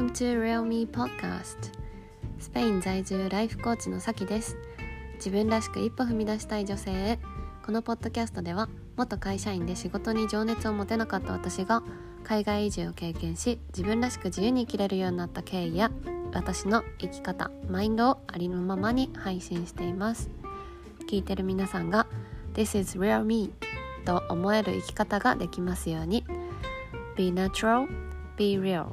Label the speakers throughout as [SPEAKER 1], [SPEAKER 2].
[SPEAKER 1] Welcome to Real Me Podcast。 スペイン在住ライフコーチのさきです。自分らしく一歩踏み出したい女性へ。このポッドキャストでは、元会社員で仕事に情熱を持てなかった私が海外移住を経験し、自分らしく自由に生きれるようになった経緯や、私の生き方、マインドをありのままに配信しています。聞いてる皆さんが This is real me と思える生き方ができますように。 Be natural, be real。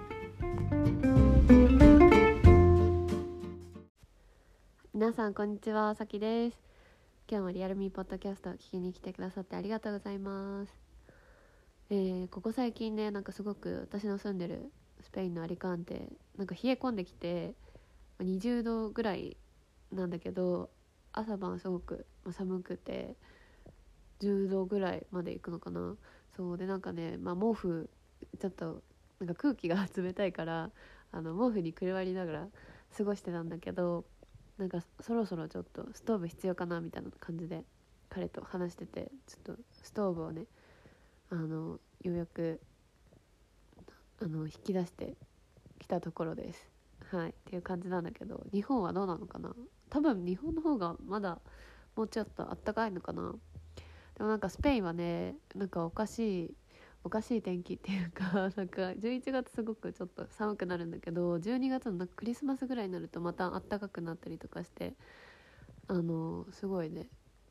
[SPEAKER 1] 皆さんこんにちは、さきです。今日もリアルミーポッドキャストを聞きに来てくださってありがとうございます。ここ最近ね、なんかすごく私の住んでるスペインのアリカンテ、なんか冷え込んできて20度ぐらいなんだけど、朝晩すごく寒くて10度ぐらいまで行くのかな。そうで、なんかね、毛布ちょっとなんか空気が冷たいから、毛布にくるわりながら過ごしてたんだけど、なんかそろそろちょっとストーブ必要かなみたいな感じで彼と話してて、ちょっとストーブをね、ようやく引き出してきたところです。はい、っていう感じなんだけど、日本はどうなのかな。多分日本の方がまだもうちょっとあったかいのかな。でもなんかスペインはね、なんかおかしい天気っていうかなんか11月すごくちょっと寒くなるんだけど、12月のなんかクリスマスぐらいになるとまた暖かくなったりとかして、すごいね、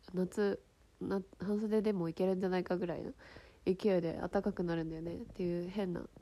[SPEAKER 1] 半袖でもいけるんじゃないかぐらいの勢いで暖かくなるんだよねっていう変な、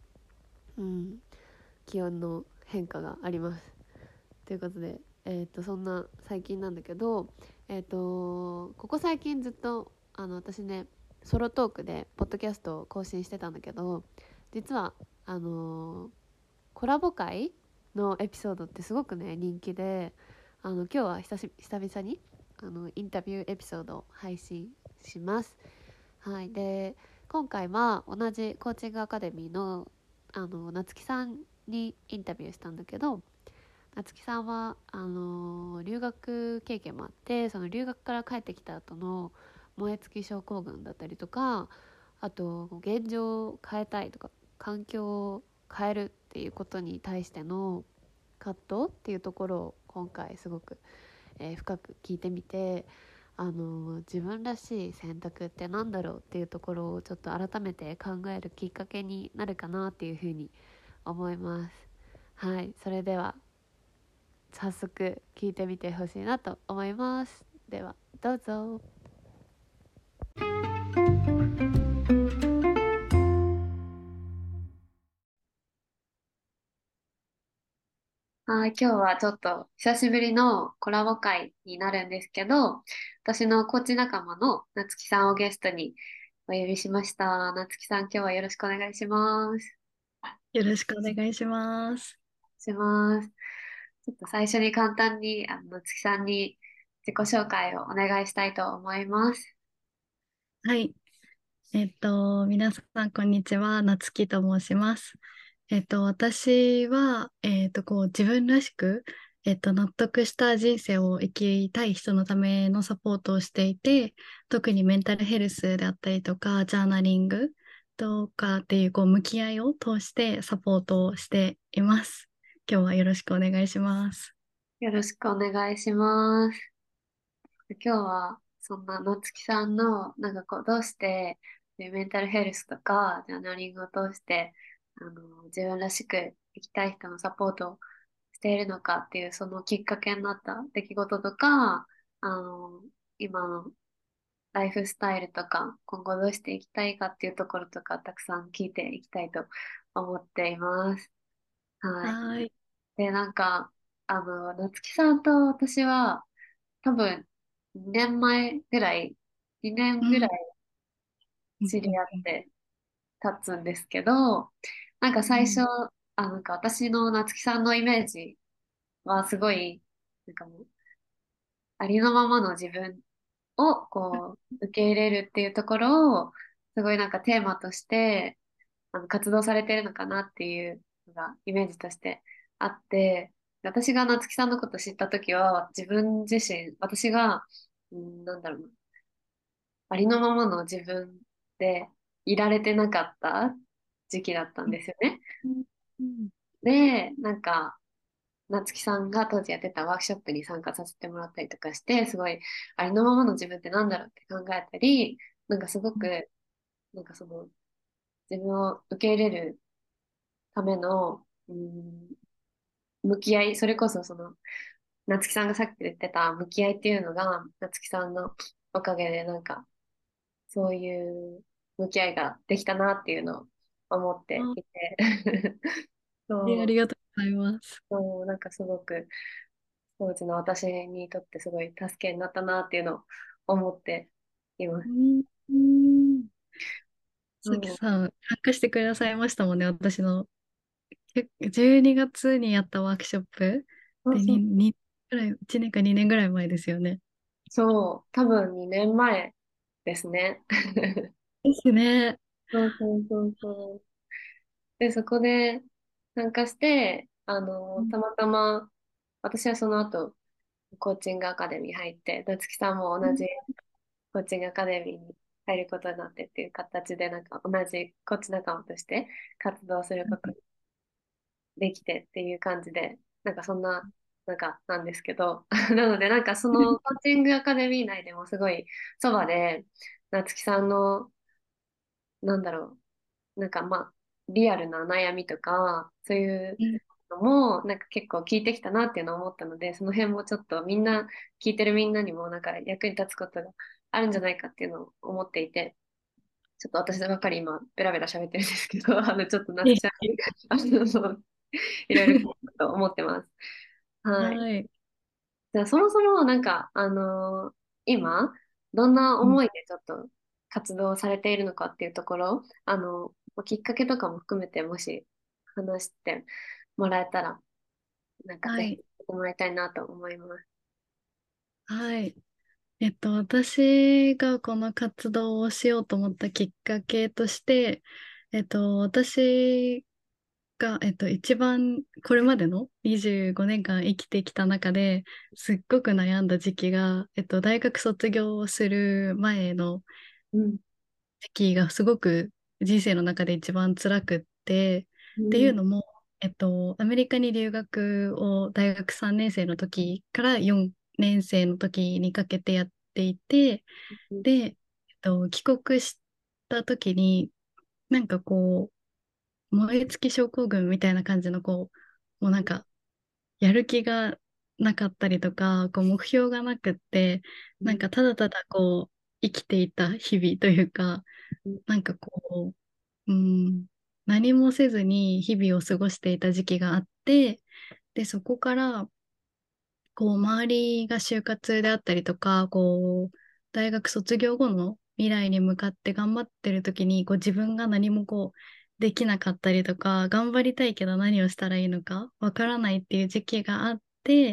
[SPEAKER 1] 気温の変化があります。ということで、そんな最近なんだけど、ここ最近ずっと私ね、ソロトークでポッドキャストを更新してたんだけど、実はコラボ会のエピソードってすごくね人気で、今日は久々にインタビューエピソードを配信します。はい。で、今回は同じコーチングアカデミーの夏木さんにインタビューしたんだけど、夏木さんは留学経験もあって、その留学から帰ってきた後の燃え尽き症候群だったりとか、あと現状を変えたいとか環境を変えるっていうことに対しての葛藤っていうところを今回すごく、深く聞いてみて、自分らしい選択ってなんだろうっていうところをちょっと改めて考えるきっかけになるかなっていうふうに思います。はい、それでは早速聞いてみてほしいなと思います。ではどうぞ。はい、今日はちょっと久しぶりのコラボ会になるんですけど、私のコーチ仲間の夏木さんをゲストにお呼びしました。夏木さん、今日はよろしくお願いします。
[SPEAKER 2] よろしくお願いします。
[SPEAKER 1] します。ちょっと最初に簡単に夏木さんに自己紹介をお願いしたいと思います。
[SPEAKER 2] はい。皆さん、こんにちは。夏希と申します。私は、自分らしく、納得した人生を生きたい人のためのサポートをしていて、特にメンタルヘルスであったりとか、ジャーナリングとかっていう、向き合いを通してサポートをしています。今日はよろしくお願いします。
[SPEAKER 1] よろしくお願いします。今日はそんな夏木さんのなんかこうどうしてメンタルヘルスとかジャーナリングを通して自分らしく生きたい人のサポートをしているのかっていう、そのきっかけになった出来事とか、あの今のライフスタイルとか今後どうしていきたいかっていうところとかたくさん聞いていきたいと思っています。はい。
[SPEAKER 2] はい。
[SPEAKER 1] で、なんか夏木さんと私は多分2年前ぐらい、2年ぐらい
[SPEAKER 2] うん。うん
[SPEAKER 1] 知り
[SPEAKER 2] うん
[SPEAKER 1] 合って経つんですけど、なんか最初、
[SPEAKER 2] うん
[SPEAKER 1] なんか私の夏木さんのイメージはすごい、なんかもう、ありのままの自分をこう、受け入れるっていうところを、すごいなんかテーマとして、活動されてるのかなっていうのがイメージとしてあって、私が夏木さんのこと知った時は、自分自身、私が、なんだろうな、ありのままの自分でいられてなかった時期だったんですよね。
[SPEAKER 2] うんうん
[SPEAKER 1] で、なんか、夏木さんが当時やってたワークショップに参加させてもらったりとかして、すごい、ありのままの自分ってなんだろうって考えたり、なんかすごく、なんかその、自分を受け入れるための、向き合い、それこそその、夏木さんがさっき言ってた向き合いっていうのが、夏木さんのおかげで、なんか、そういう向き合いができたなっていうのを思っていて、
[SPEAKER 2] あ
[SPEAKER 1] そう、
[SPEAKER 2] りがとうございます。
[SPEAKER 1] そう、なんかすごく、当時の私にとってすごい助けになったなっていうのを思っています。
[SPEAKER 2] うん、うん、さき
[SPEAKER 1] そう、
[SPEAKER 2] さん、参加してくださいましたもんね、私の。12月にやったワークショップで
[SPEAKER 1] そうそう、
[SPEAKER 2] ぐらい、1年か2年ぐらい前ですよね。
[SPEAKER 1] そう、多分2年前ですね。
[SPEAKER 2] ですね。
[SPEAKER 1] そうそうそうそう。で、そこで参加して、
[SPEAKER 2] うん、
[SPEAKER 1] たまたま、私はその後、コーチングアカデミー入って、夏木さんも同じコーチングアカデミーに入ることになってっていう形で、なんか同じコーチ仲間として活動することができてっていう感じで、なんかそんな、なんかなんですけど、なのでなんかそのコーチングアカデミー内でもすごいそばで、夏木さんの、なんだろなんかまあ、リアルな悩みとか、そういう
[SPEAKER 2] うん、
[SPEAKER 1] のも、なんか結構聞いてきたなっていうのを思ったので、その辺もちょっとみんな、聞いてるみんなにもなんか役に立つことがあるんじゃないかっていうのを思っていて、ちょっと私ばっかり今、ベラベラ喋ってるんですけど、ちょっと夏木さんに、いろいろ聞こうと思ってます。はい。
[SPEAKER 2] はい。
[SPEAKER 1] じゃあ、そもそもなんか、今、どんな
[SPEAKER 2] うん、
[SPEAKER 1] 思いでちょっと活動されているのかっていうところ、きっかけとかも含めて、もし話してもらえたら、なんかぜひ、
[SPEAKER 2] はい。
[SPEAKER 1] 聞いてもらいたいなと思います。
[SPEAKER 2] はい。私がこの活動をしようと思ったきっかけとして、私が、一番これまでの25年間生きてきた中ですっごく悩んだ時期が、大学卒業する前の
[SPEAKER 1] うん、
[SPEAKER 2] 時期がすごく人生の中で一番辛くって、っていう
[SPEAKER 1] うん、
[SPEAKER 2] のも、アメリカに留学を大学3年生の時から4年生の時にかけてやっていて、
[SPEAKER 1] うん、
[SPEAKER 2] で、帰国した時に、なんかこ燃え尽き症候群みたいな感じの、もうなんか、やる気がなかったりとか、目標がなくって、なんかただただ生きていた日々というか、
[SPEAKER 1] うん、
[SPEAKER 2] なんか何もせずに日々を過ごしていた時期があって、で、そこから、周りが就活であったりとか、大学卒業後の未来に向かって頑張ってる時に、自分が何もできなかったりとか、頑張りたいけど何をしたらいいのかわからないっていう時期があって、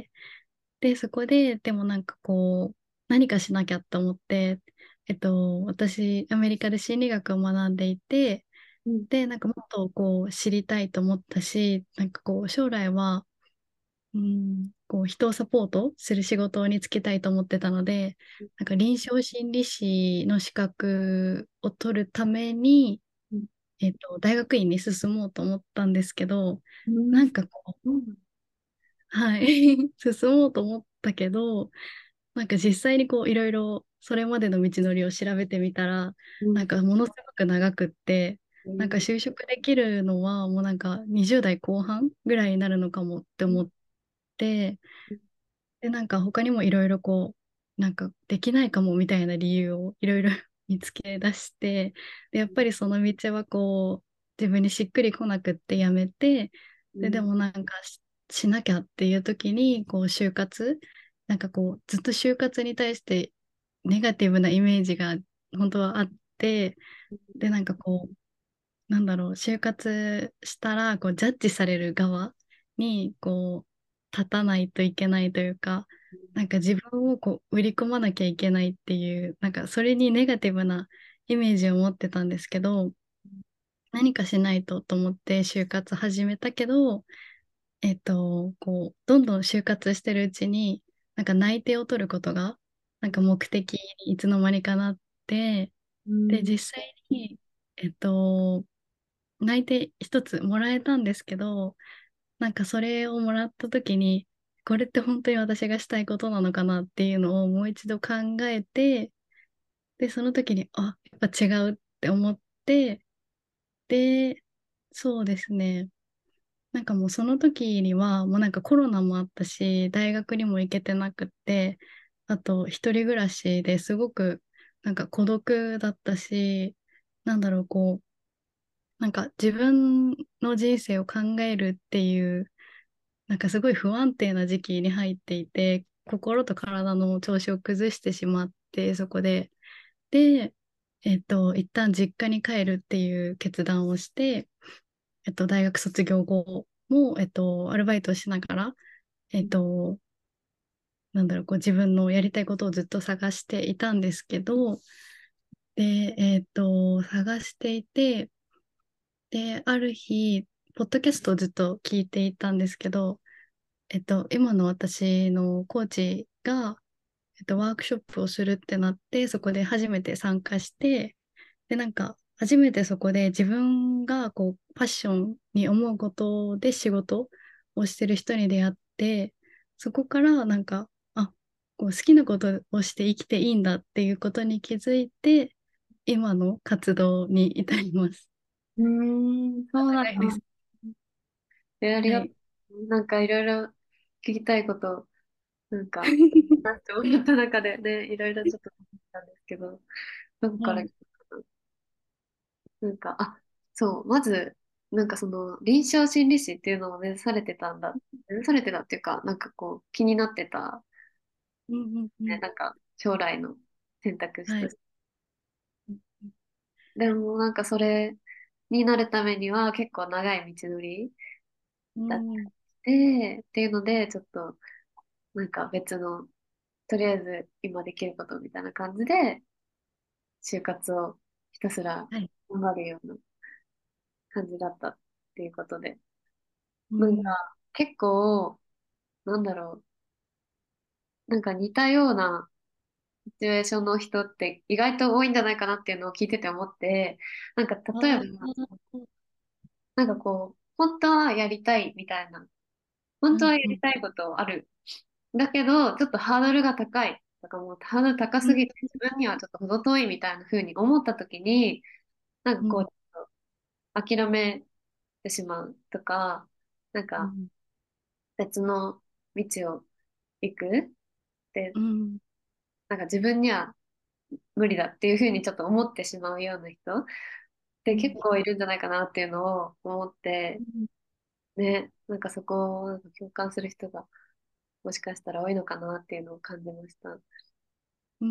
[SPEAKER 2] で、そこで、でもなんか何かしなきゃと思って、私、アメリカで心理学を学んでいて、
[SPEAKER 1] うん、
[SPEAKER 2] で、なんかもっと知りたいと思ったし、なんか将来は、人をサポートする仕事に就きたいと思ってたので、なんか臨床心理士の資格を取るために、
[SPEAKER 1] うん、
[SPEAKER 2] 大学院に進もうと思ったんですけど、
[SPEAKER 1] うん、
[SPEAKER 2] なんかはい、進もうと思ったけど、なんか実際にいろいろそれまでの道のりを調べてみたら、
[SPEAKER 1] うん、
[SPEAKER 2] なんかものすごく長くって、なんか
[SPEAKER 1] うん、
[SPEAKER 2] 就職できるのはもうなんか20代後半ぐらいになるのかもって思って、で、なんか他にもいろいろなんかできないかもみたいな理由をいろいろ見つけ出して、で、やっぱりその道は自分にしっくりこなくってやめて、でもなんかしなきゃっていう時に、就活、なんかずっと就活に対してネガティブなイメージが本当はあって、で、なんかなんだろう、就活したら、ジャッジされる側に、立たないといけないというか、なんか自分を売り込まなきゃいけないっていう、なんかそれにネガティブなイメージを持ってたんですけど、何かしないとと思って就活始めたけど、どんどん就活してるうちに、なんか内定を取ることが、なんか目的にいつの間にかなって、で、
[SPEAKER 1] うん、
[SPEAKER 2] 実際に、内定一つもらえたんですけど、 なんかそれをもらった時に、これって本当に私がしたいことなのかなっていうのをもう一度考えて、で、その時に、あ、やっぱ違うって思って、で、そうですね。なんかもうその時には、もうなんかコロナもあったし、大学にも行けてなくって、あと一人暮らしですごくなんか孤独だったし、なんだろう、こう、なんか自分の人生を考えるっていう、なんかすごい不安定な時期に入っていて、心と体の調子を崩してしまって、そこで。で、一旦実家に帰るっていう決断をして、大学卒業後も、アルバイトをしながら、えっと、なんだろう、こう自分のやりたいことをずっと探していたんですけど、で、探していて、で、ある日、ポッドキャストをずっと聞いていたんですけど、今の私のコーチが、ワークショップをするってなって、そこで初めて参加して、で、なんか、初めてそこで自分がこう、パッションに思うことで仕事をしてる人に出会って、そこからなんか、あ、こう好きなことをして生きていいんだっていうことに気づいて、今の活動に至ります。
[SPEAKER 1] うーん、そうなんだ。
[SPEAKER 2] 長いです。
[SPEAKER 1] ありがと
[SPEAKER 2] はい。
[SPEAKER 1] う。なんかいろいろ聞きたいこと、なんか、なって思った中でね、いろいろちょっと聞いたんですけど、どこから聞
[SPEAKER 2] はい。
[SPEAKER 1] くかな。なんか、あ、そう、まず、なんかその、臨床心理士っていうのを目指されてたんだ。目指されてたっていうか、なんかこう、気になってた、
[SPEAKER 2] うんうんう
[SPEAKER 1] ね、
[SPEAKER 2] ん。
[SPEAKER 1] なんか、将来の選択肢
[SPEAKER 2] はい。
[SPEAKER 1] として。でも、なんかそれになるためには結構長い道のりだっ
[SPEAKER 2] うん。
[SPEAKER 1] て、っていうので、ちょっと、なんか別の、とりあえず今できることみたいな感じで、就活をひたすら
[SPEAKER 2] はい。
[SPEAKER 1] 頑張るような感じだったっていうことで。なんか
[SPEAKER 2] うん。
[SPEAKER 1] 結構、なんだろう、なんか似たようなシチュエーションの人って意外と多いんじゃないかなっていうのを聞いてて思って、なんか例えば、
[SPEAKER 2] ああ。
[SPEAKER 1] なんかこう、本当はやりたいみたいな、本当はや
[SPEAKER 2] うんうん
[SPEAKER 1] りたいことある。だけど、ちょっとハードルが高い。とかもうハードル高
[SPEAKER 2] うん。
[SPEAKER 1] すぎて自分にはちょっと程遠いみたいな風に思った時に、なんかこう、
[SPEAKER 2] うん。
[SPEAKER 1] ちょっと諦めてしまうとか、なんか
[SPEAKER 2] うん
[SPEAKER 1] 別の道を行くで、
[SPEAKER 2] うん。
[SPEAKER 1] なんか自分には無理だっていう風にちょっと思ってしまうような人って結構いるんじゃないかなっていうのを思って、ね、なんかそこをなんか共感する人がもしかしたら多いのかなっていうのを感じました。
[SPEAKER 2] うん。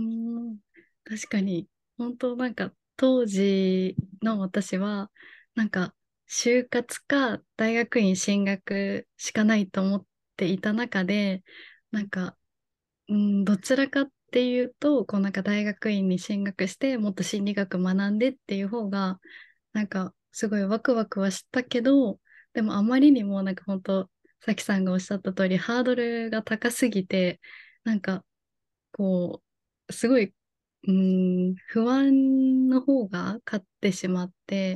[SPEAKER 2] 確かに、本当なんか当時の私は、なんか就活か大学院進学しかないと思っていた中で、なんか、どちらかっていうと、こうなんか大学院に進学してもっと心理学学んでっていう方が、なんかすごいワクワクはしたけど、でもあまりにもなんか本当、さきさんがおっしゃった通り、ハードルが高すぎて、なんかこすごい、不安の方が勝ってしまって、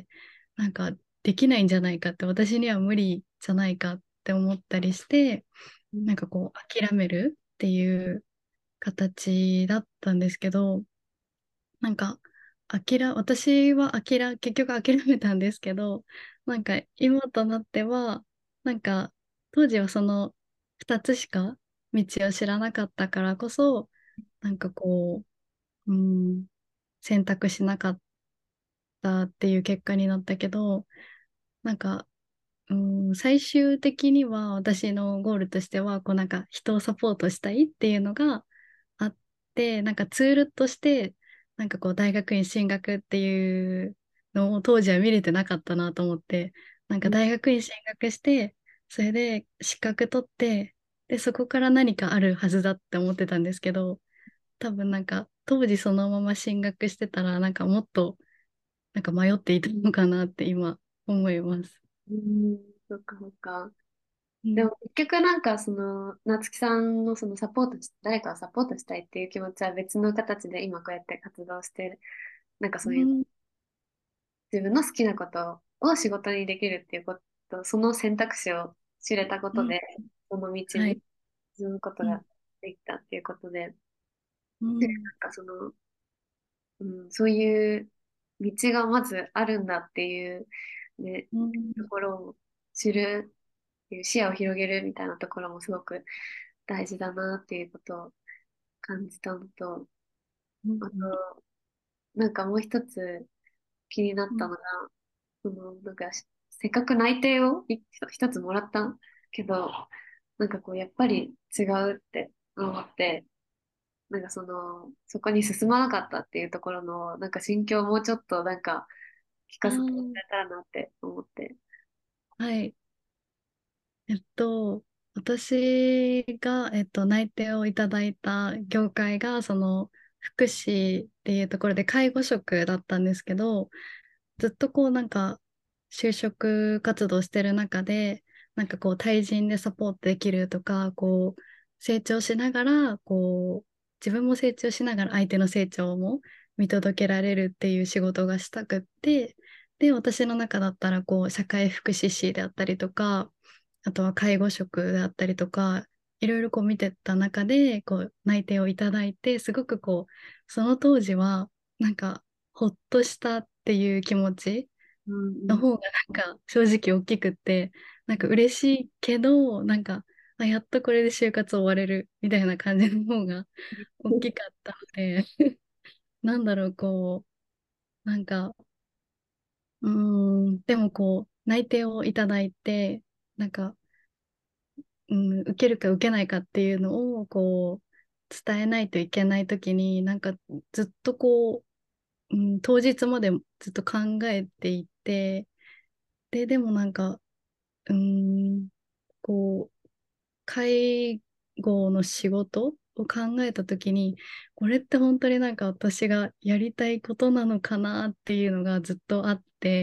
[SPEAKER 2] なんかできないんじゃないかって、私には無理じゃないかって思ったりして、なんかこう諦めるっていう形だったんですけど、なんか私は結局諦めたんですけど、なんか今となっては、なんか当時はその2つしか道を知らなかったからこそ、なんかこう、選択しなかったっていう結果になったけど、なんか、最終的には私のゴールとしては、こうなんか人をサポートしたいっていうのがあって、なんかツールとして、なんかこう大学院進学っていうのを当時は見れてなかったなと思って、なんか大学院進学して、それで資格取って、で、そこから何かあるはずだって思ってたんですけど、多分なんか当時そのまま進学してたら、なんかもっとなんか迷っていたのかなって今思います。
[SPEAKER 1] うん、そっかそっか。
[SPEAKER 2] うん。
[SPEAKER 1] でも結局なんかその、夏木さんのそのサポートし、誰かをサポートしたいっていう気持ちは別の形で今こうやって活動してる、なんかそういう
[SPEAKER 2] うん。
[SPEAKER 1] 自分の好きなことを仕事にできるっていうこと、その選択肢を知れたこ
[SPEAKER 2] うん。
[SPEAKER 1] とで、その道に
[SPEAKER 2] はい。
[SPEAKER 1] 進むこと
[SPEAKER 2] うん。
[SPEAKER 1] ができたっていうことで、で、な
[SPEAKER 2] うん。
[SPEAKER 1] んかそういう道がまずあるんだっていう、ね、
[SPEAKER 2] うん。
[SPEAKER 1] ところを知るっていう視野を広げるみたいなところもすごく大事だなっていうことを感じたのと、あと、
[SPEAKER 2] うん。
[SPEAKER 1] なんかもう一つ気になっ
[SPEAKER 2] うん。
[SPEAKER 1] たのが、なんかせっかく内定を一つもらったけど、なんかこう、やっぱり違うって思って、なんかそこに進まなかったっていうところの、なんか心境をもうちょっとなんか聞
[SPEAKER 2] あ
[SPEAKER 1] かせてもらえ
[SPEAKER 2] あ、
[SPEAKER 1] たらなって思って。
[SPEAKER 2] はい。えっと、私が、内定をいただいた業界が、福祉っていうところで介護職だったんですけど、ずっとこうなんか、就職活動してる中で、なんかこう、対人でサポートできるとか、こう、成長しながら、こう、自分も成長しながら相手の成長も見届けられるっていう仕事がしたくって、で、私の中だったら、こう、社会福祉士であったりとか、あとは介護職であったりとか、いろいろこう見てた中で、こう内定をいただいて、すごくこう、その当時は、なんか、ほっとしたっていう気持ち
[SPEAKER 1] うんうん
[SPEAKER 2] の方がなんか正直大きくって、なんか嬉しいけど、なんか、あ、やっとこれで就活終われるみたいな感じの方が大きかったので、なんだろう、こう、なんか、でもこう、内定をいただいて、なんか、受けるか受けないかっていうのをこう伝えないといけないときになんかずっとこう、当日までずっと考えていて、でもなんかうーんこう介護の仕事を考えたときに、これって本当になんか私がやりたいことなのかなっていうのがずっとあって、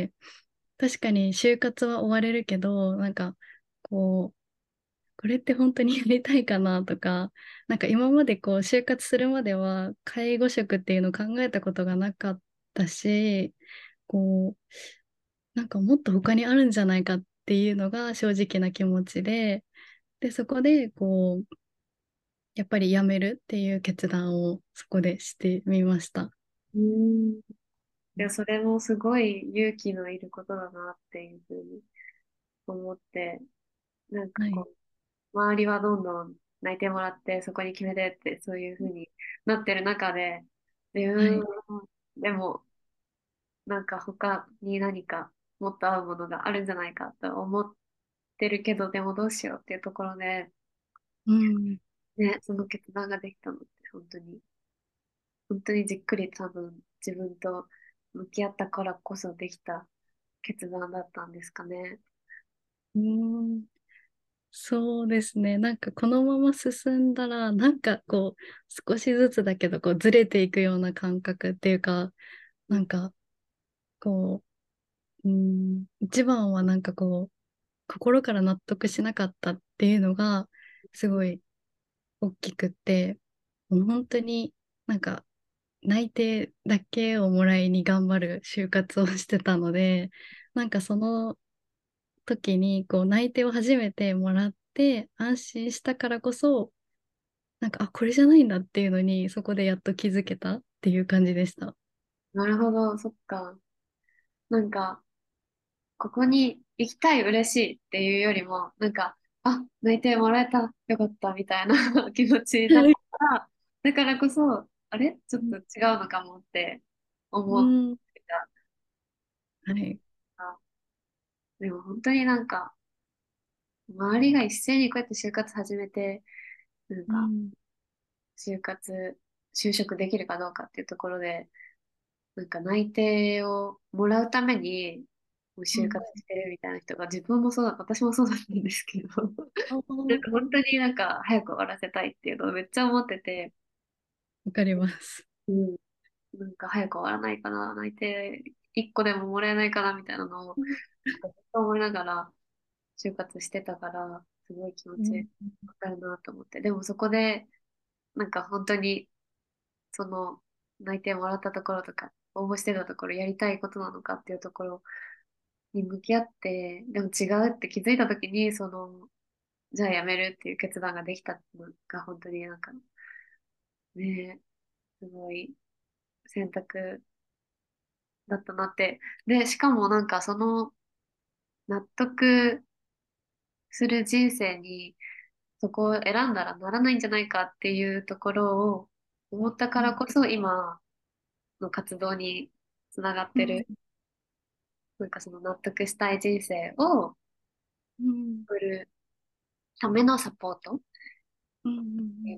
[SPEAKER 2] 確かに就活は終われるけど、なんかこうこれって本当にやりたいかなとか、なんか今までこう就活するまでは介護職っていうのを考えたことがなかったし、こう、なんかもっと他にあるんじゃないかっていうのが正直な気持ちで、そこでこう、やっぱり辞めるっていう決断をそこでしてみました。
[SPEAKER 1] うん。いや、それもすごい勇気のいることだなっていうふうに思って、なんか
[SPEAKER 2] はい。
[SPEAKER 1] こう、周りはどんどん泣いてもらって、そこに決めてって、そういうふうになってる中で、自分
[SPEAKER 2] はい。
[SPEAKER 1] でも、なんか他に何かもっと合うものがあるんじゃないかと思ってるけど、でもどうしようっていうところで、
[SPEAKER 2] うん。
[SPEAKER 1] ね、その決断ができたのって本当にじっくり多分自分と向き合ったからこそできた決断だったんですかね。
[SPEAKER 2] うん。そうですね。なんかこのまま進んだら、なんかこう、少しずつだけど、こう、ずれていくような感覚っていうか、
[SPEAKER 1] うん
[SPEAKER 2] なんか、こ一番はなんかこう、心から納得しなかったっていうのが、すごい大きくって、もう本当になんか、内定だけをもらいに頑張る就活をしてたので、なんかその時にこう内定を初めてもらって安心したからこそ、なんか、あ、これじゃないんだっていうのに、そこでやっと気づけたっていう感じでした。
[SPEAKER 1] なるほど、そっか。なんか、ここに行きたい、嬉しいっていうよりも、なんか、あ、内定もらえた、よかったみたいな気持ちだっ
[SPEAKER 2] はい。
[SPEAKER 1] たら、だからこそ、あれちょっと違うのかもって思っ
[SPEAKER 2] うん。
[SPEAKER 1] てた。
[SPEAKER 2] はい。
[SPEAKER 1] でも本当になんか、周りが一斉にこうやって就活始めて、なんか、
[SPEAKER 2] うん。
[SPEAKER 1] 就活、就職できるかどうかっていうところで、なんか内定をもらうために、もう就活
[SPEAKER 2] うん。
[SPEAKER 1] してるみたいな人が自分もそうだ、私もそうだったんですけど、
[SPEAKER 2] あ
[SPEAKER 1] なんか本
[SPEAKER 2] ー、
[SPEAKER 1] 当になんか早く終わらせたいっていうのをめっちゃ思ってて、
[SPEAKER 2] わかります。
[SPEAKER 1] うん、なんか早く終わらないかな、内定1個でももらえないかなみたいなのを、ずっと思いながら就活してたから、すごい気持ち
[SPEAKER 2] うん。
[SPEAKER 1] わかるなと思って。でもそこで、なんか本当に、その内定もらったところとか、応募してたところ、やりたいことなのかっていうところに向き合って、でも違うって気づいた時に、じゃあやめるっていう決断ができたのが本当になんかね、すごい選択だったなって。で、しかもなんか納得する人生にそこを選んだらならないんじゃないかっていうところを思ったか
[SPEAKER 2] うん、
[SPEAKER 1] らこそ今の活動につながっ
[SPEAKER 2] うん、
[SPEAKER 1] てる。なんかその納得したい人生を
[SPEAKER 2] うん、
[SPEAKER 1] 送るためのサポートっ
[SPEAKER 2] うん、うん、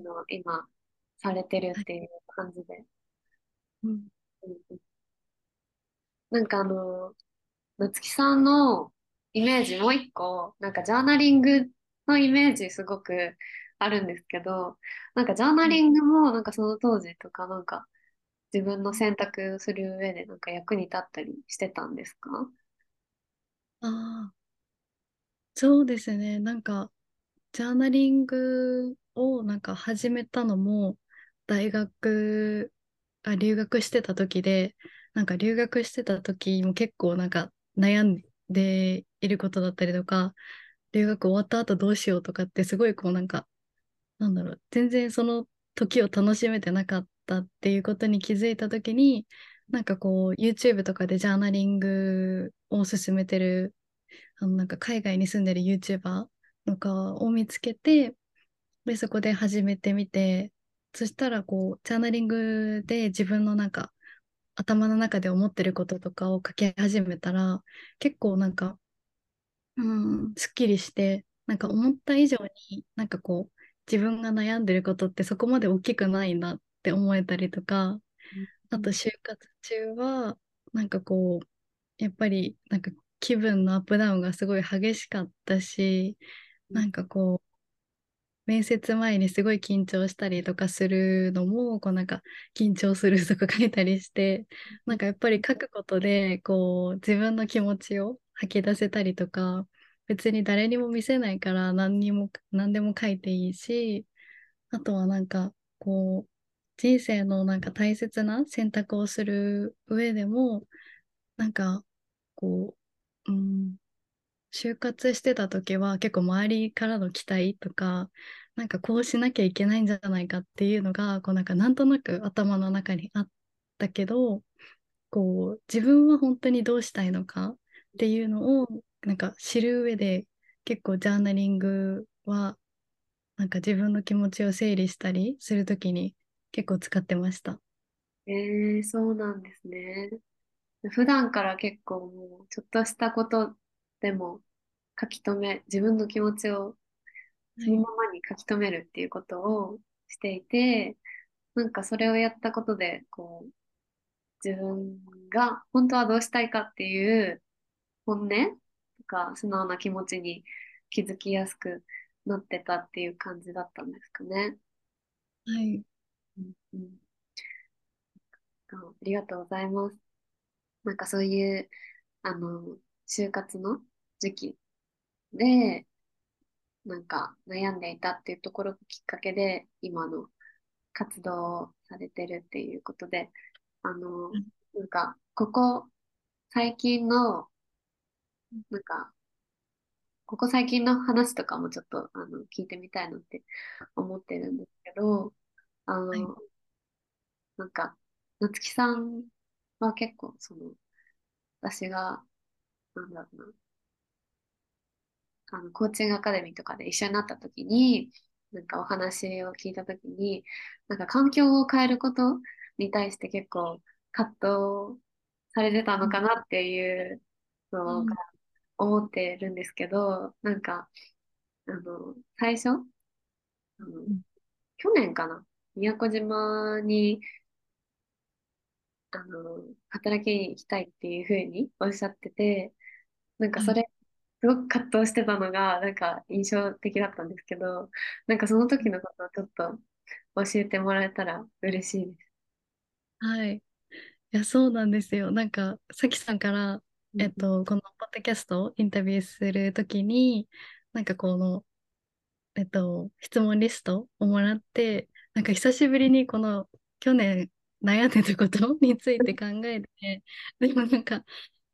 [SPEAKER 1] ていうのを今されてる
[SPEAKER 2] はい、
[SPEAKER 1] っていう感じで。
[SPEAKER 2] うん、
[SPEAKER 1] うんうん、なんか夏木さんのイメージもう一個、なんかジャーナリングのイメージすごくあるんですけど、なんかジャーナ
[SPEAKER 2] はい、
[SPEAKER 1] リングもなんかその当時とかなんか自分の選択する上でなんか役に立ったりしてたんですか？
[SPEAKER 2] ああ、そうですね。なんか、ジャーナリングをなんか始めたのも、大学、留学してた時で、なんか留学してた時も結構なんか悩んでいることだったりとか、留学終わった後どうしようとかってすごいこうなんか、なんだろう、全然その時を楽しめてなかったっていうことに気づいた時に、なんかこう YouTube とかでジャーナリングを進めてるなんか海外に住んでる YouTuber とかを見つけて、で、そこで始めてみて、そしたらこう、ジャーナリングで自分のなんか頭の中で思ってることとかを書き始めたら、結構なんか、すっきりして、なんか
[SPEAKER 1] うん
[SPEAKER 2] 思った以上になんかこう、自分が悩んでることってそこまで大きくないなって思えたりとか、あと就活中は、なんかこう、やっぱりなんか気分のアップダウンがすごい激しかったし、なんかこう、面接前にすごい緊張したりとかするのも、こうなんか緊張するとか書いたりして、なんかやっぱり書くことで、こう自分の気持ちを吐き出せたりとか、別に誰にも見せないから何でも書いていいし、あとはなんかこう人生のなんか大切な選択をする上でも、なんかこう、就活してた時は結構周りからの期待とか、なんかこうしなきゃいけないんじゃないかっていうのが、こうなんかなんとなく頭の中にあったけど、こう自分は本当にどうしたいのかっていうのをなんか知る上で、結構ジャーナリングはなんか自分の気持ちを整理したりするときに結構使ってました。
[SPEAKER 1] そうなんですね。普段から結構もうちょっとしたことでも自分の気持ちをその
[SPEAKER 2] はい。
[SPEAKER 1] ままに書き留めるっていうことをしていて、なんかそれをやったことで、自分が本当はどうしたいかっていう本音とか素直な気持ちに気づきやすくなってたっていう感じだったんですかね。
[SPEAKER 2] はい。
[SPEAKER 1] うんうん、ありがとうございます。なんかそういう、就活の時期で、なんか悩んでいたっていうところがきっかけで、今の活動をされてるっていうことで、あの、なんか、最近の、なんか、ここ最近の話とかもちょっと、聞いてみたいなって思ってるんですけど、あ
[SPEAKER 2] はい。
[SPEAKER 1] の、なんか、夏木さんは結構、私が、なんだろうな、コーチングアカデミーとかで一緒になった時に、なんかお話を聞いた時に、なんか環境を変えることに対して結構葛藤されてたのかなっていうのが
[SPEAKER 2] うん。
[SPEAKER 1] 思ってるんですけど、なんか、最初、あの、
[SPEAKER 2] うん。
[SPEAKER 1] 去年かな、宮古島に、働きに行きたいっていうふうにおっしゃってて、なんか
[SPEAKER 2] はい。
[SPEAKER 1] それ、すごく葛藤してたのが、なんか印象的だったんですけど、なんかその時のことをちょっと教えてもらえたら嬉しいです。
[SPEAKER 2] はい。いや、そうなんですよ。なんか、さきさんから、
[SPEAKER 1] うんうん
[SPEAKER 2] このポッドキャストをインタビューするときに、なんかこの、質問リストをもらって、なんか久しぶりにこの去年悩んでたことについて考えて、でもなんか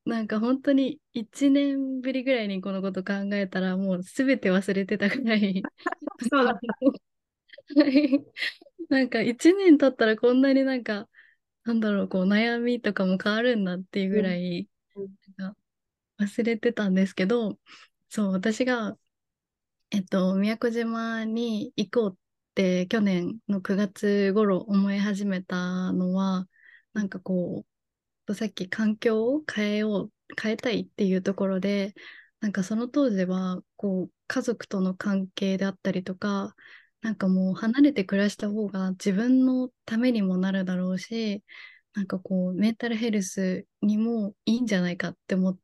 [SPEAKER 2] なんか本当に1年ぶりぐらいにこのこと考えたら、もうすべて忘れてたぐらい、
[SPEAKER 1] そうだった。
[SPEAKER 2] はいなんか1年経ったらこんなになんか、なんだろう、こう悩みとかも変わるんだっていう
[SPEAKER 1] うん。
[SPEAKER 2] ぐらい、
[SPEAKER 1] うん。
[SPEAKER 2] なんか忘れてたんですけど、そう、私が、宮古島に行こうって去年の9月頃思い始めたのは、なんかこさっき環境を変えたいっていうところで、なんかその当時は、こう、家族との関係であったりとか、なんかもう離れて暮らした方が自分のためにもなるだろうし、なんかこう、メンタルヘルスにもいいんじゃないかって思って、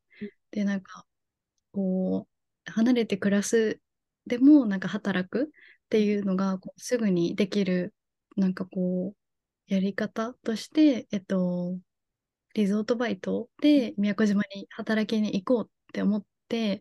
[SPEAKER 2] で、なんかこ離れて暮らす、でもなんか働くっていうのがこうすぐにできる、なんかこう、やり方として、リゾートバイトで宮古島に働きに行こうって思って、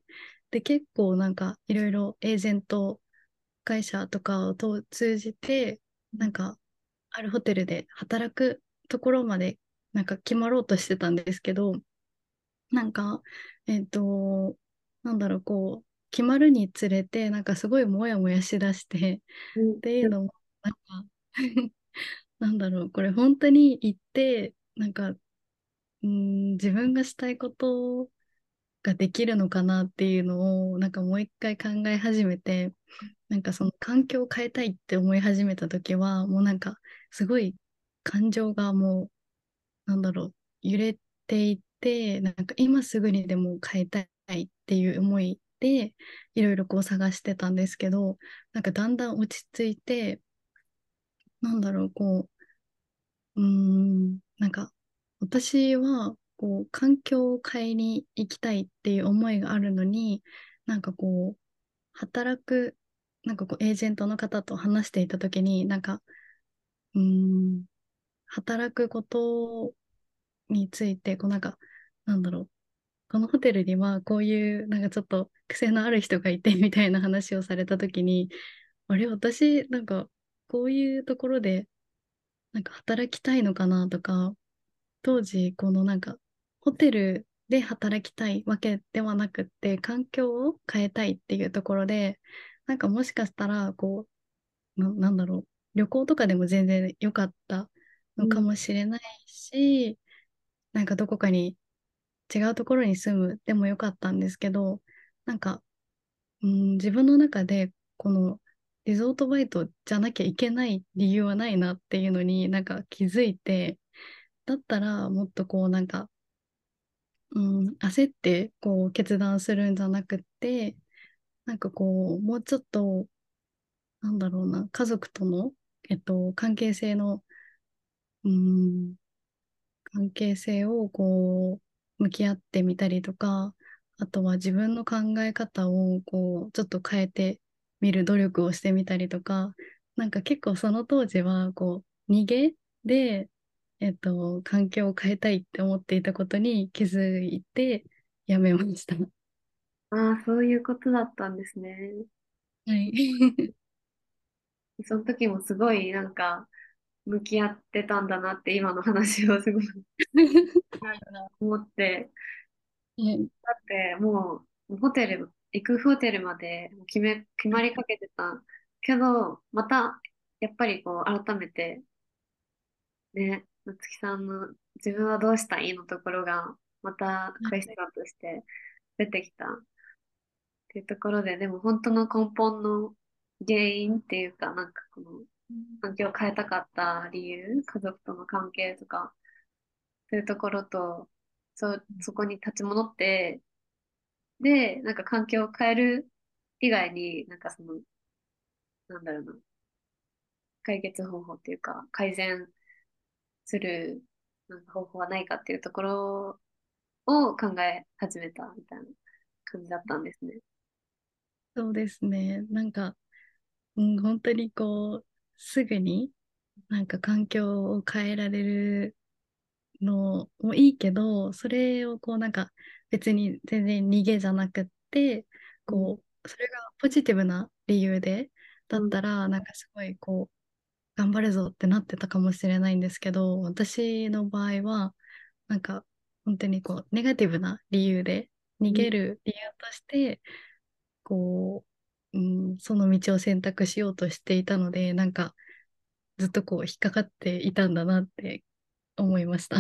[SPEAKER 2] で、結構なんかいろいろエージェント会社とかを通じて、なんかあるホテルで働くところまでなんか決まろうとしてたんですけど、なんか、えっと、なんだろう、こう、決まるにつれて、なんかすごいモヤモヤしだして、っ
[SPEAKER 1] うん。
[SPEAKER 2] ていうのも、なんかなんだろう、これ本当に行って、なんか、自分がしたいことができるのかなっていうのを、なんかもう一回考え始めて、なんかその環境を変えたいって思い始めた時は、もうなんか、すごい感情がもう、なんだろう、揺れていて、なんか今すぐにでも変えたいっていう思いで、いろいろこう探してたんですけど、なんかだんだん落ち着いて、なんだろう、こなんか私はこう環境を変えに行きたいっていう思いがあるのに、なんかこう、働く、なんかこう、エージェントの方と話していた時に、なんか、うーん、働くことについて、こうなんか、なんだろう、このホテルにはこういうなんかちょっと癖のある人がいてみたいな話をされた時に、あれ、私なんかこういうところでなんか働きたいのかなとか、当時このなんかホテルで働きたいわけではなくって、環境を変えたいっていうところで、なんかもしかしたらこなんだろう、旅行とかでも全然良かったのか
[SPEAKER 1] うん。
[SPEAKER 2] もしれないし、なんかどこかに違うところに住むでもよかったんですけど、なんか、自分の中でこのリゾートバイトじゃなきゃいけない理由はないなっていうのになんか気づいて、だったらもっとこうなんか、焦ってこう決断するんじゃなくって、なんかこう、もうちょっと、なんだろうな、家族との、関係性の、うん、関係性をこう向き合ってみたりとか、あとは自分の考え方をこうちょっと変えてみる努力をしてみたりとか、なんか結構その当時はこう逃げで、環境を変えたいって思っていたことに気づいてやめました。
[SPEAKER 1] ああ、そういうことだったんですね。
[SPEAKER 2] はい。
[SPEAKER 1] その時もすごいなんか向き合ってたんだなって今の話をすごいなんか思って、
[SPEAKER 2] はい
[SPEAKER 1] だってもうホテル、行くホテルまで決まりかけてたけど、またやっぱりこう改めてね、夏木さんの自分はどうしたいのところがまたクエスチョンとして出てきたっていうところで、でも本当の根本の原因っていうか、なんかこの環境を変えたかった理由、家族との関係とか、そういうところと、そこに立ち戻って、で、なんか環境を変える以外に、なんかその、なんだろうな、解決方法っていうか、改善するなんか方法はないかっていうところを考え始めたみたいな感じだったんですね。
[SPEAKER 2] そうですね。なんか、本当にこう、すぐになんか環境を変えられるのもいいけど、それをこうなんか別に全然逃げじゃなくって、
[SPEAKER 1] うん。
[SPEAKER 2] それがポジティブな理由で、だ
[SPEAKER 1] うん。
[SPEAKER 2] ったらなんかすごいこう、頑張るぞってなってたかもしれないんですけど、私の場合は、なんか本当にこう、ネガティブな理由で、逃
[SPEAKER 1] うん。
[SPEAKER 2] げる理由として、こその道を選択しようとしていたので、なんか、ずっとこう、引っかかっていたんだなって思いました。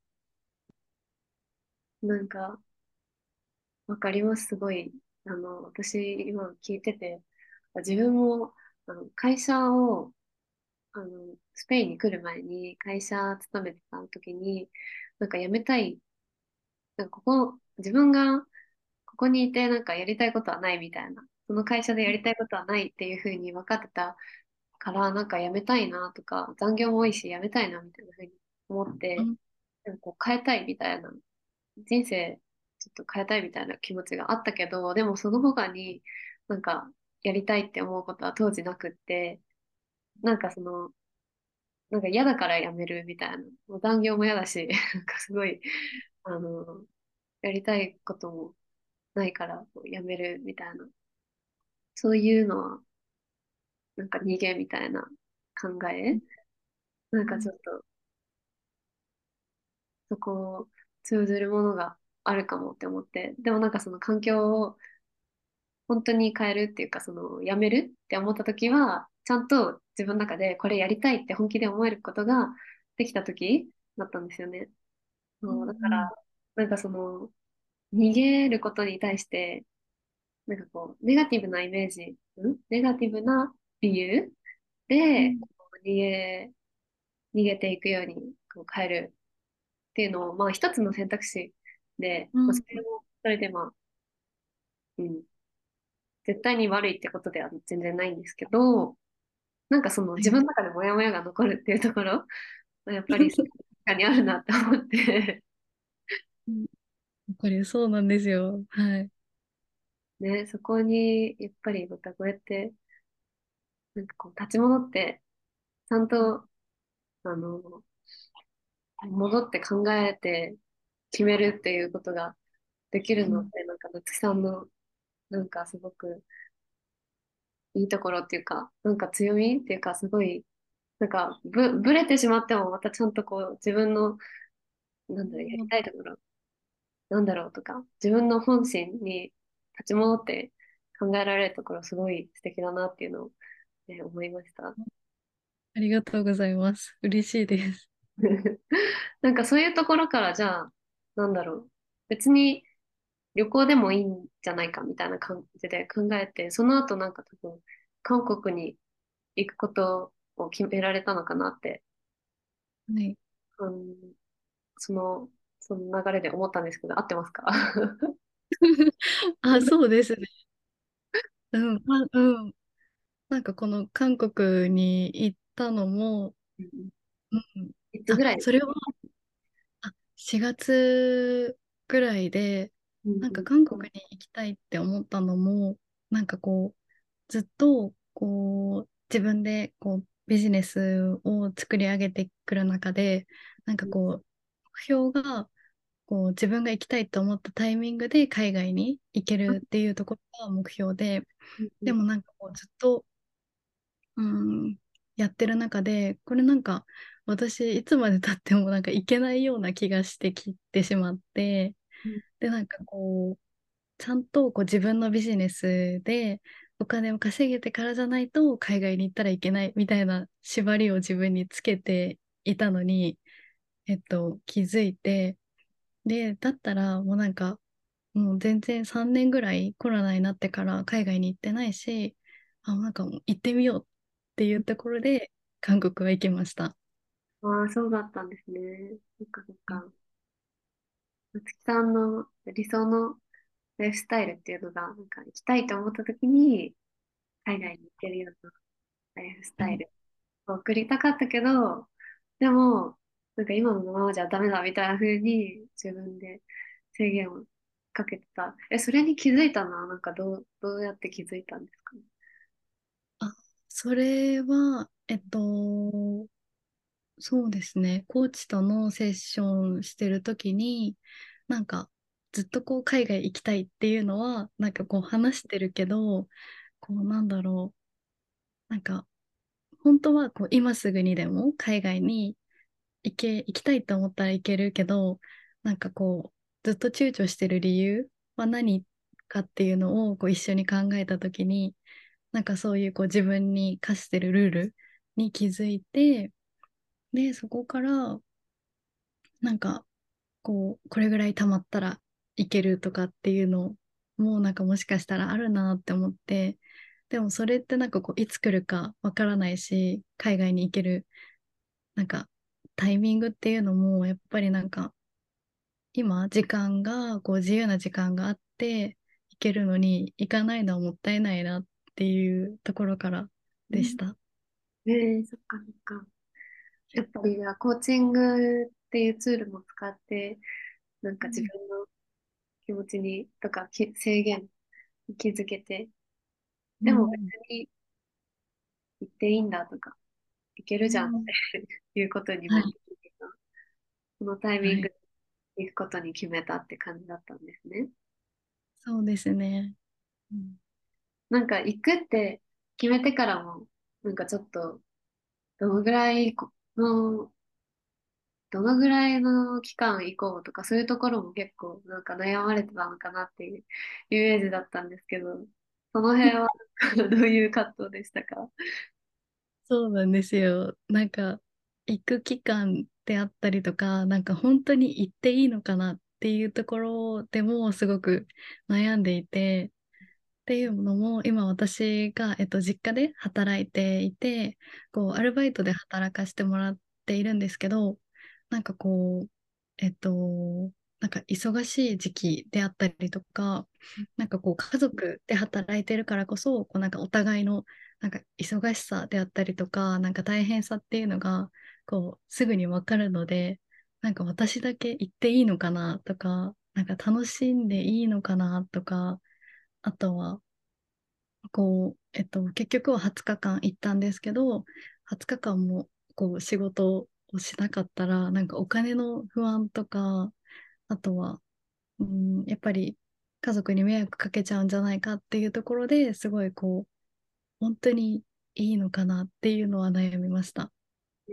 [SPEAKER 1] なんか、わかります、すごい。私、今聞いてて、自分も、会社を、スペインに来る前に会社勤めてた時に、なんか辞めたい、なんか自分がここにいてなんかやりたいことはないみたいな、その会社でやりたいことはないっていうふうに分かってたから、なんか辞めたいなとか、残業も多いし辞めたいなみたいなふうに思って、
[SPEAKER 2] うん、
[SPEAKER 1] なんかこう変えたいみたいな、人生ちょっと変えたいみたいな気持ちがあったけど、でもその他になんかやりたいって思うことは当時なくって、なんかなんか嫌だから辞めるみたいな、もう残業も嫌だし、なんかすごい、あの、やりたいこともないからこう辞めるみたいな、そういうのはなんか逃げみたいな考え、なんかちょっとそこを通ずるものがあるかもって思って、でもなんかその環境を本当に変えるっていうか、辞めるって思った時は、ちゃんと自分の中でこれやりたいって本気で思えることができた時だったんですよね。
[SPEAKER 2] うん、
[SPEAKER 1] そうだか
[SPEAKER 2] うん、
[SPEAKER 1] ら、なんか逃げることに対して、なんかこう、ネガティブなイメージ、ネガティブな理由で、
[SPEAKER 2] うん、
[SPEAKER 1] 逃げていくようにこう変えるっていうのを、まあ一つの選択肢で、まあ、そ
[SPEAKER 2] うん、
[SPEAKER 1] れも、それでまあ、うん、絶対に悪いってことでは全然ないんですけど、なんか自分の中でモヤモヤが残るっていうところ、やっぱり確かにあるなって思って、
[SPEAKER 2] うん、これそうなんですよ。はい。
[SPEAKER 1] ね、そこに、やっぱりまたこうやって、なんかこう立ち戻って、ちゃんと、あの、戻って考えて決めるっていうことができる
[SPEAKER 2] うん、
[SPEAKER 1] のって、なんか夏木さんの、なんかすごくいいところっていうか、なんか強みっていうか、すごい、なんかぶれてしまっても、またちゃんとこう、自分の、なんだろう、やりたいところ、なんだろうとか、自分の本心に立ち戻って考えられるところ、すごい素敵だなっていうのを、ね、思いました。
[SPEAKER 2] ありがとうございます。嬉しいです。
[SPEAKER 1] なんかそういうところからじゃあ、なんだろう。別に旅行でもいいんじゃないかみたいな感じで考えて、その後なんか多分、韓国に行くことを決められたのかなって、
[SPEAKER 2] はい。
[SPEAKER 1] うん、その、その流れで思ったんですけど、合ってますか？
[SPEAKER 2] あ、そうですね。うん、うん。なんかこの韓国に行ったのも、
[SPEAKER 1] うん。
[SPEAKER 2] うん、あ、
[SPEAKER 1] いつぐらいですか？
[SPEAKER 2] それは4月ぐらいで、なんか
[SPEAKER 1] うん。
[SPEAKER 2] 韓国に行きたいって思ったのも、なんかこう、ずっとこう、自分でこう、ビジネスを作り上げてくる中で、なんかこう、目標が、こう、自分が行きたいと思ったタイミングで海外に行けるっていうところが目標で、
[SPEAKER 1] うん。
[SPEAKER 2] でもなんかこう、ずっと、うん、やってる中で、これなんか、私、いつまで経ってもなんかいけないような気がしてきてしまって、
[SPEAKER 1] うん。
[SPEAKER 2] で、なんかこう、ちゃんとこう自分のビジネスでお金を稼げてからじゃないと海外に行ったらいけないみたいな縛りを自分につけていたのに、気づいて、で、だったらもうなんか、もう全然3年ぐらいコロナになってから海外に行ってないし、あ、なんかもう行ってみようっていうところで韓国は行きました。
[SPEAKER 1] ああ、そうだったんですね。そっかそっか。夏木さんの理想のライフスタイルっていうのが、なんか行きたいと思った時に、海外に行けるようなライフス
[SPEAKER 2] うん、
[SPEAKER 1] タイルを送りたかったけど、でも、なんか今のままじゃダメだみたいな風に自分で制限をかけてた。それに気づいたのは、なんかどうやって気づいたんですかね？
[SPEAKER 2] あ、それは、そうですね。コーチとのセッションしてるときに、なんか、ずっとこう海外行きたいっていうのは、なんかこう話してるけど、こうなんだろう。なんか、本当はこう今すぐにでも海外に行きたいと思ったら行けるけど、 なんかこう、ずっと躊躇してる理由は何かっていうのをこう一緒に考えたときに、なんかそういうこう自分に課してるルールに気づいて、で、そこからなんかこれぐらい溜まったらいけるとかっていうのもなんかもしかしたらあるなって思って、でもそれってなんかこういつ来るかわからないし、海外に行けるなんかタイミングっていうのもやっぱりなんか今時間がこう自由な時間があって行けるのに行かないのはもったいないなっていうところから
[SPEAKER 1] うん。
[SPEAKER 2] でした。
[SPEAKER 1] そっかそっか。やっぱりコーチングっていうツールも使って、なんか自
[SPEAKER 2] うん。
[SPEAKER 1] 分の気持ちにとか制限に気づけて、でも別
[SPEAKER 2] うん。
[SPEAKER 1] に行っていいんだとか、行けるじゃんって
[SPEAKER 2] うん。
[SPEAKER 1] いうことに
[SPEAKER 2] はい。
[SPEAKER 1] めっちゃ気づいた。そのタイミング
[SPEAKER 2] はい。
[SPEAKER 1] で行くことに決めたって感じだったんですね。
[SPEAKER 2] そうですね。うん。
[SPEAKER 1] なんか行くって決めてからも、なんかちょっと、どのぐらいの、どのぐらいの期間行こうとか、そういうところも結構なんか悩まれてたのかなっていうイメージだったんですけど、その辺はどういう葛藤でしたか？
[SPEAKER 2] そうなんですよ。なんか、行く期間であったりとか、なんか本当に行っていいのかなっていうところでもすごく悩んでいて、っていうのも、今私が、実家で働いていて、こう、アルバイトで働かせてもらっているんですけど、なんかこう、なんか忙しい時期であったりとか、なんかこう、家族で働いてるからこそ、こう、なんかお互いの、なんか忙しさであったりとか、なんか大変さっていうのが、こう、すぐにわかるので、なんか私だけ行っていいのかなとか、なんか楽しんでいいのかなとか、あとは、結局は20日間行ったんですけど、20日間もこう仕事をしなかったら、なんかお金の不安とか、あとは、やっぱり家族に迷惑かけちゃうんじゃないかっていうところですごいこう、本当にいいのかなっていうのは悩みました。
[SPEAKER 1] うん。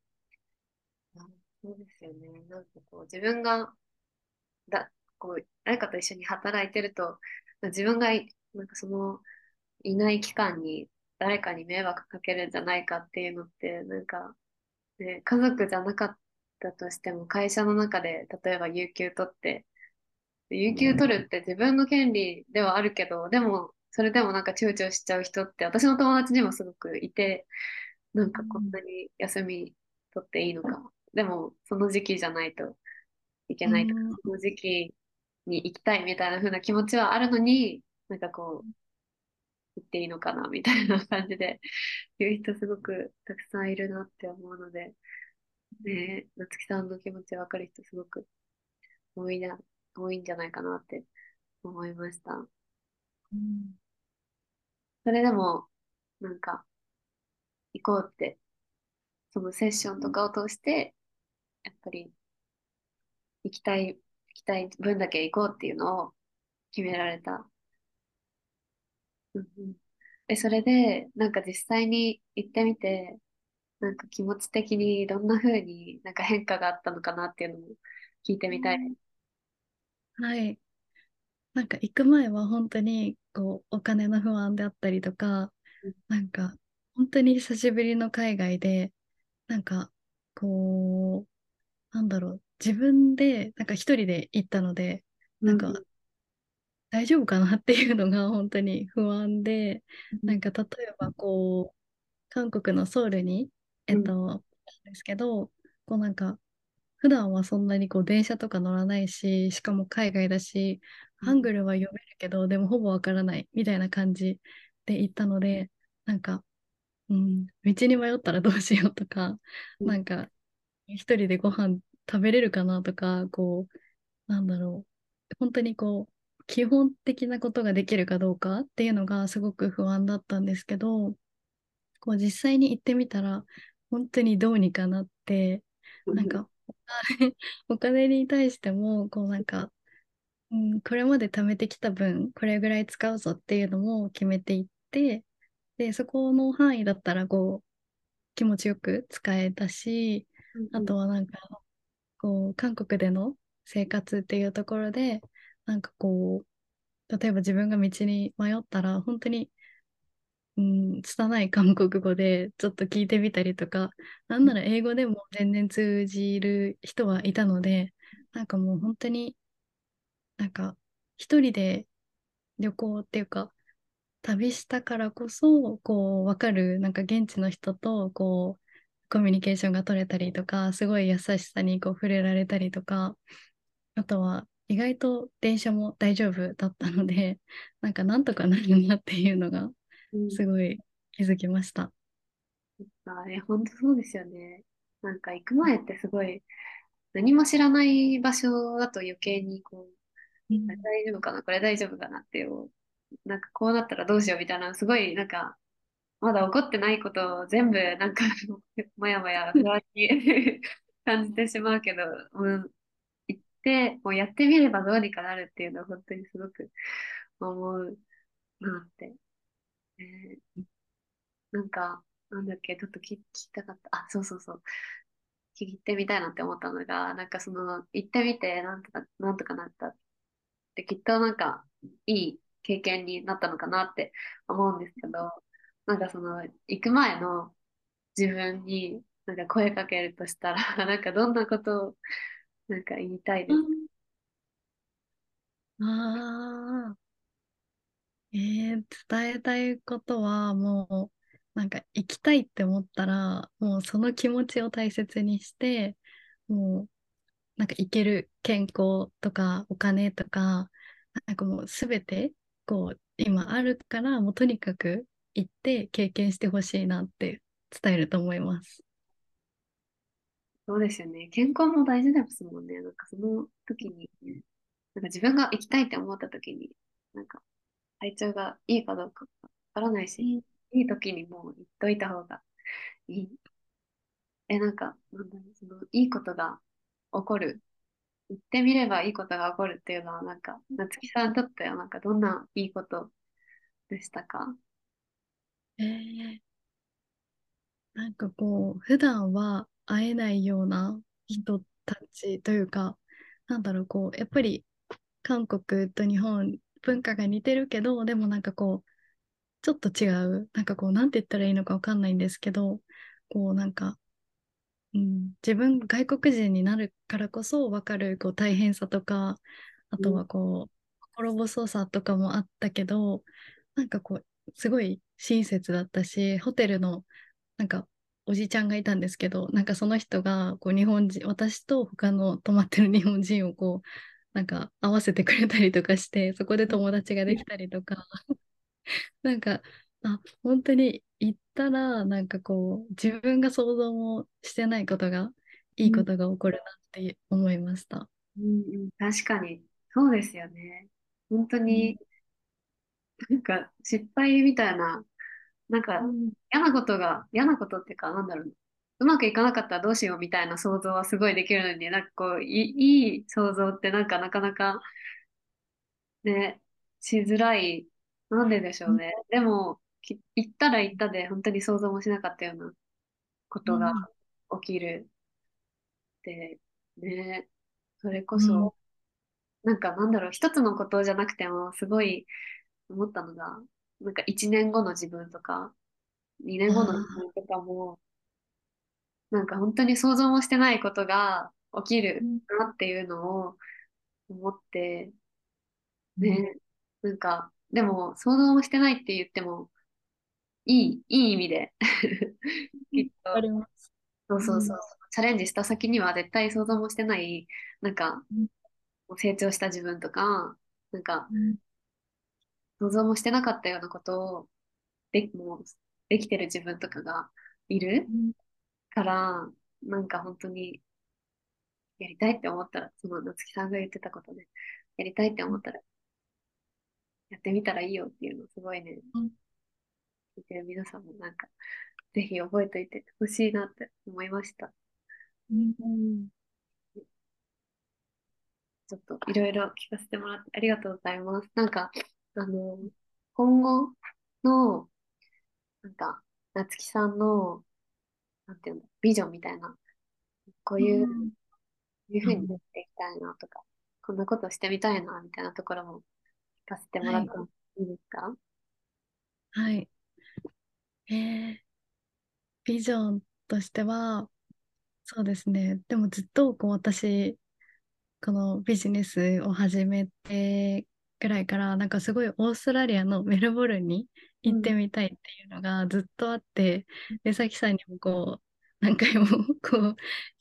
[SPEAKER 1] そうですよね。なんかこう、自分がだ、こう、誰かと一緒に働いてると、自分がなんかその、いない期間に誰かに迷惑かけるんじゃないかっていうのって、なんか、ね、家族じゃなかったとしても、会社の中で、例えば有給取って、有給取るって自分の権利ではあるけど、でも、それでもなんか躊躇しちゃう人って、私の友達にもすごくいて、なんかこん
[SPEAKER 2] うん。
[SPEAKER 1] なに休み取っていいのか。でも、その時期じゃないといけないとか、
[SPEAKER 2] うん。
[SPEAKER 1] その時期に行きたいみたいな風な気持ちはあるのに、なんかこう、行っていいのかなみたいな感じで言う人すごくたくさんいるなって思うので、ね、夏木さんの気持ちわかる人すごく多いな、多いんじゃないかなって思いました。
[SPEAKER 2] うん。
[SPEAKER 1] それでも、なんか、行こうって、そのセッションとかを通して、やっぱり行きたい分だけ行こうっていうのを決められた。うんうん。それで、なんか実際に行ってみて、なんか気持ち的にどんな風になんか変化があったのかなっていうのも聞いてみたいで
[SPEAKER 2] うん。はい。なんか行く前は本当にこうお金の不安であったりとか、
[SPEAKER 1] す。
[SPEAKER 2] なんか本当に久しぶりの海外で、なんかこう、なんだろう、自分でなんか一人で行ったので、
[SPEAKER 1] うんうん
[SPEAKER 2] なんか大丈夫かなっていうのが本当に不安で、
[SPEAKER 1] うん
[SPEAKER 2] なんか例えばこう、韓国のソウルに、
[SPEAKER 1] うん
[SPEAKER 2] ですけど、こうなんか普段はそんなにこう電車とか乗らないし、しかも海外だし、ハングルは読めるけど、でもほぼわからないみたいな感じで行ったので、なんか、道に迷ったらどうしようとか、
[SPEAKER 1] うん
[SPEAKER 2] なんか、一人でご飯食べれるかなとか、こう、なんだろう、本当にこう、基本的なことができるかどうかっていうのがすごく不安だったんですけど、こう実際に行ってみたら、本当にどうにかなって、なんか、お金に対しても、こうなんか、これまで貯めてきた分、これぐらい使うぞっていうのも決めていって、で、そこの範囲だったら、こう、気持ちよく使えたし、あ
[SPEAKER 1] うんうん
[SPEAKER 2] とはなんか、こう、韓国での、 生活っていうところで、なんかこう、例えば自分が道に迷ったら、本当に、うん、拙い韓国語でちょっと聞いてみたりとか、なんなら英語でも全然通じる人はいたので、なんかもう本当になんか一人で旅行っていうか、旅したからこそ、こう、わかる、なんか現地の人と、こう、コミュニケーションが取れたりとか、すごい優しさにこう触れられたりとか、あとは意外と電車も大丈夫だったので、なんとかなるなっていうのが、
[SPEAKER 1] うん。
[SPEAKER 2] すごい気づきました。
[SPEAKER 1] 本当そうですよね。なんか行く前ってすごい何も知らない場所だと余計にこう、あれ
[SPEAKER 2] うん。
[SPEAKER 1] 大丈夫かな、これ大丈夫かなっていう、なんかこうなったらどうしようみたいな、すごいなんか、まだ起こってないことを全部なんかもやもや不安に感じてしまうけど、行って、もうやってみればどうにかなるっていうのは本当にすごく思うなって。ね、なんか、なんだっけ、ちょっと聞きたかった。あ、そうそうそう。聞いてみたいなって思ったのが、なんかその、行ってみて、なんとかなったってきっとなんかいい経験になったのかなって思うんですけど、なんかその行く前の自分になんか声かけるとしたら、なんかどんなことをなんか言いたいです。
[SPEAKER 2] ああ伝えたいことはもう、行きたいって思ったら、もうその気持ちを大切にして、もう行ける健康とかお金とか、もうすべて、こう、今あるから、もうとにかく行って経験してほしいなって伝えると思います。
[SPEAKER 1] そうですよね。健康も大事ですもんね。なんかその時に、なんか自分が行きたいって思った時に、なんか体調がいいかどうかわからないし、
[SPEAKER 2] うん。
[SPEAKER 1] いい時にもう行っといた方がいい。なんか、なんだろう、そのいいことが起こる。言ってみればいいことが起こるっていうのは、なんか、夏木さんにとっては、なんか、どんないいことでしたか？
[SPEAKER 2] えー普段は会えないような人たちというか、やっぱり韓国と日本、文化が似てるけど、でもちょっと違う、なんて言ったらいいのかわかんないんですけど、こう、なんか、自分、外国人になるからこそ分かる大変さとか、あと
[SPEAKER 1] うん
[SPEAKER 2] は心細さとかもあったけど、すごい親切だったし、ホテルの、なんか、おじちゃんがいたんですけど、その人が、日本人、私と他の泊まってる日本人を合わせてくれたりとかして、そこで友達ができたりとか、なんか、本当に行ったら、自分が想像もしてないことが、いい
[SPEAKER 1] うん
[SPEAKER 2] ことが起こるなって思いました。
[SPEAKER 1] うん、確かに、そうですよね。本当
[SPEAKER 2] うん。
[SPEAKER 1] に、なんか、失敗みたいな、なんか、
[SPEAKER 2] うん。
[SPEAKER 1] 嫌なことっていうか、なんだろう、うまくいかなかったらどうしようみたいな想像はすごいできるのに、なんかこう、いい想像ってなんかなかなかね、しづらい。なんででしょ
[SPEAKER 2] うん。
[SPEAKER 1] うね。でも、行ったら行ったで、本当に想像もしなかったようなことが
[SPEAKER 2] うん。
[SPEAKER 1] 起きるって、ね、それこ
[SPEAKER 2] うん。
[SPEAKER 1] そ、なんかなんだろう、一つのことじゃなくても、すごい思ったのが、なんか一年後の自分とか、2年後の自
[SPEAKER 2] ああ
[SPEAKER 1] 分とかも、なんか本当に想像もしてないことが起きる
[SPEAKER 2] ー。うん。
[SPEAKER 1] なっていうのを思って、
[SPEAKER 2] うん。
[SPEAKER 1] ね、なんか、でも想像もしてないって言っても、いい意味で
[SPEAKER 2] うん。
[SPEAKER 1] きっと、
[SPEAKER 2] あります。
[SPEAKER 1] そうそうそう、
[SPEAKER 2] うん。
[SPEAKER 1] チャレンジした先には絶対想像もしてない、なんか、
[SPEAKER 2] うん。
[SPEAKER 1] 成長した自分とか、なんか、
[SPEAKER 2] うん。
[SPEAKER 1] 想像もしてなかったようなことを、もう、できてる自分とかがいる
[SPEAKER 2] うん。
[SPEAKER 1] から、なんか本当にやりたいって思ったら、その夏木さんが言ってたことで、やりたいって思ったら、やってみたらいいよっていうのをすごいね、
[SPEAKER 2] うん。
[SPEAKER 1] 聞いてる皆さんもなんか、ぜひ覚えておいてほしいなって思いました。
[SPEAKER 2] うん。
[SPEAKER 1] ちょっといろいろ聞かせてもらってありがとうございます。なんか、今後の、なんか、夏木さんの、なんていうんだ、ビジョンみたいな、こういう
[SPEAKER 2] うん。
[SPEAKER 1] いうふうに
[SPEAKER 2] うん、
[SPEAKER 1] なっていきたいなとか、こんなことしてみたいなみたいなところも聞かせても
[SPEAKER 2] はい。
[SPEAKER 1] らってもいいですか？
[SPEAKER 2] はい。えー、ビジョンとしては、そうですね。でもずっとこう私、このビジネスを始めてぐらいから、なんかすごいオーストラリアのメルボルンに行って
[SPEAKER 1] うん。
[SPEAKER 2] みたいっていうのがずっとあって、で、さきさんにもこう、何回もこう、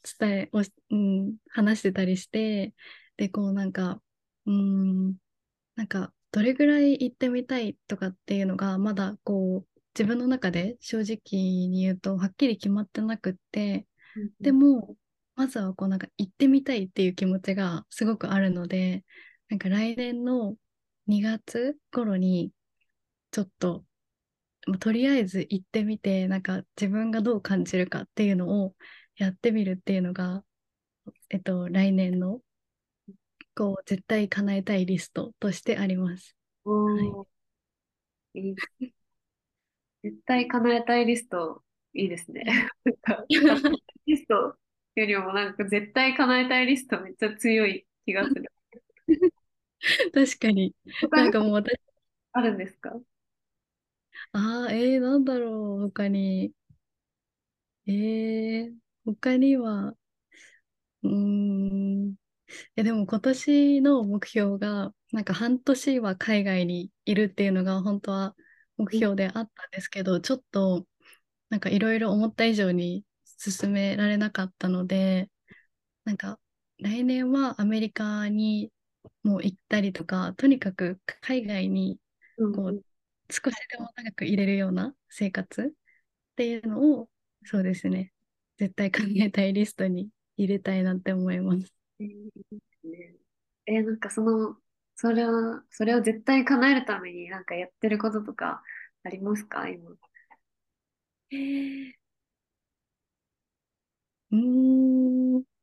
[SPEAKER 2] 話してたりして、で、こうなんか、なんか、どれぐらい行ってみたいとかっていうのが、まだこう、自分の中で正直に言うと、はっきり決まってなくって、
[SPEAKER 1] うんうん。
[SPEAKER 2] でも、まずはこう、なんか行ってみたいっていう気持ちがすごくあるので、なんか来年の2月頃に、ちょっと、とりあえず行ってみて、なんか自分がどう感じるかっていうのをやってみるっていうのが、来年の、こう、絶対叶えたいリストとしてあります。はい。
[SPEAKER 1] おー、いい。絶対叶えたいリスト、いいですね。
[SPEAKER 2] はい。
[SPEAKER 1] なんか、叶えたいリストよりもなんか絶対叶えたいリストめっちゃ強い気がする。
[SPEAKER 2] 確かに。
[SPEAKER 1] 他に
[SPEAKER 2] なんかもう私、
[SPEAKER 1] あるんですか？
[SPEAKER 2] なんだろう、他に。他には、うーん。でも今年の目標が、なんか半年は海外にいるっていうのが本当は目
[SPEAKER 1] うん。
[SPEAKER 2] 標であったんですけど、ちょっとなんかいろいろ思った以上に進められなかったので、なんか来年はアメリカにもう行ったりとか、とにかく海外にこう
[SPEAKER 1] うんうん。
[SPEAKER 2] 少しでも長く入れるような生活っていうのを、そうですね、絶対考えたいリストに入れたいなって思います。
[SPEAKER 1] いいですね。なんかそれを絶対叶えるためになんかやってることとかありますか今？
[SPEAKER 2] えー、うーん、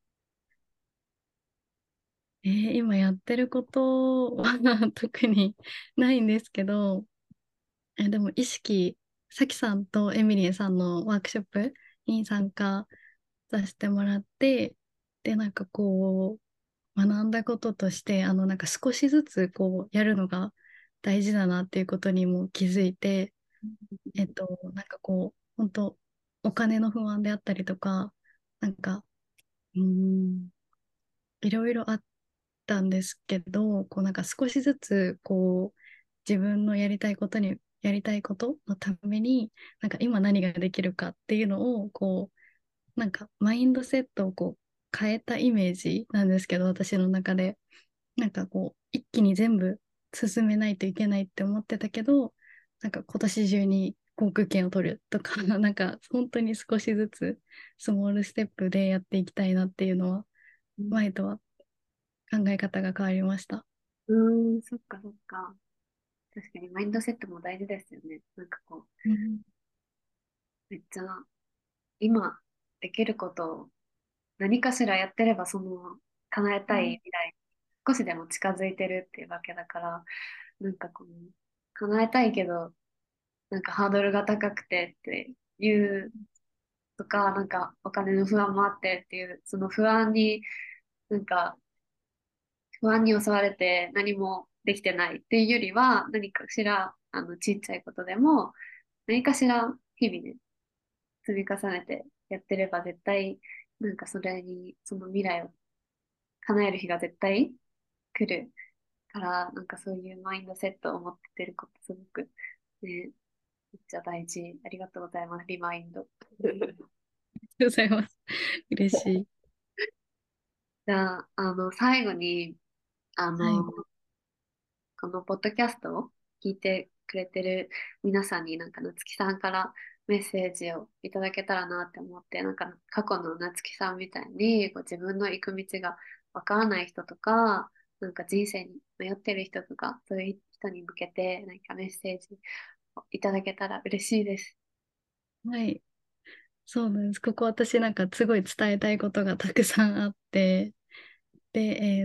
[SPEAKER 2] 今やってることは特にないんですけど、でも意識、さきさんとエミリーさんのワークショップに参加させてもらって、で、なんかこう、学んだこととして、なんか少しずつこう、やるのが大事だなっていうことにも気づいて、なんかこう、本当お金の不安であったりとか、なんか、うーん、いろいろあったんですけど、こうなんか少しずつこう自分のやりたいことのために、なんか今何ができるかっていうのをこうなんかマインドセットをこう変えたイメージなんですけど、私の中でなんかこう一気に全部進めないといけないって思ってたけど、なんか今年中に航空券を取るとか、なんか本当に少しずつスモールステップでやっていきたいなっていうのは
[SPEAKER 1] うん。
[SPEAKER 2] 前とは考え方が変わりました。
[SPEAKER 1] そっかそっか。確かにマインドセットも大事ですよね。なんかこう、
[SPEAKER 2] うん、
[SPEAKER 1] めっちゃ今できることを何かしらやってれば叶えたい
[SPEAKER 2] うん、
[SPEAKER 1] 未来少しでも近づいてるっていうわけだから、なんかこう、叶えたいけど、なんかハードルが高くてっていうとか、なんかお金の不安もあってっていう、そのなんか不安に襲われて何もできてないっていうよりは、何かしら、ちっちゃいことでも、何かしら日々ね、積み重ねてやってれば絶対、なんかその未来を叶える日が絶対来るから、なんかそういうマインドセットを持ってることすごく、ね、めっちゃ大事。ありがとうございます、リマインド。
[SPEAKER 2] りがとうございます。嬉しい。
[SPEAKER 1] じゃあ、最後に、あ
[SPEAKER 2] はい。
[SPEAKER 1] の、このポッドキャストを聞いてくれてる皆さんになんか夏木さんからメッセージをいただけたらなって思って、なんか過去の夏木さんみたいにこう自分の行く道がわからない人とか、なんか人生に迷ってる人とか、そういう人に向けて何かメッセージをいただけたら嬉しいです。
[SPEAKER 2] はい。そうなんです。ここ私なんかすごい伝えたいことがたくさんあって、で、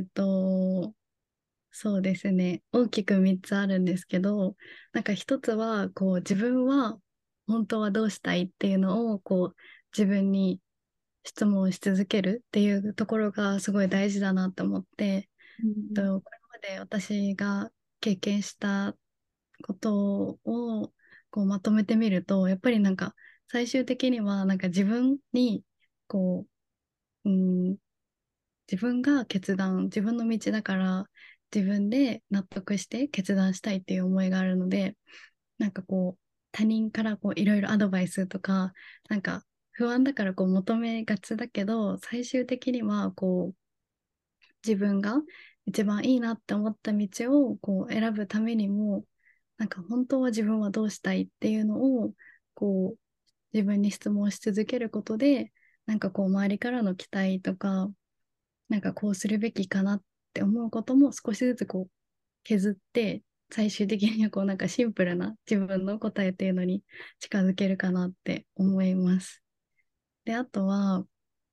[SPEAKER 2] そうですね。大きく3つあるんですけど、なんか1つは、こう自分は本当はどうしたいっていうのを、こう自分に質問をし続けるっていうところがすごい大事だなと思って、
[SPEAKER 1] うん
[SPEAKER 2] これまで私が経験したことをこうまとめてみると、やっぱりなんか最終的にはなんか自分にこう、自分が自分の道だから自分で納得して決断したいっていう思いがあるので、なんかこう他人からこういろいろアドバイスとか、なんか不安だからこう求めがちだけど、最終的にはこう自分が一番いいなって思った道をこう選ぶためにも、なんか本当は自分はどうしたいっていうのをこう自分に質問し続けることで、なんかこう周りからの期待とか、なんかこうするべきかなって思うことも少しずつこう削って、最終的にはこうなんかシンプルな自分の答えっていうのに近づけるかなって思います。で、あとは、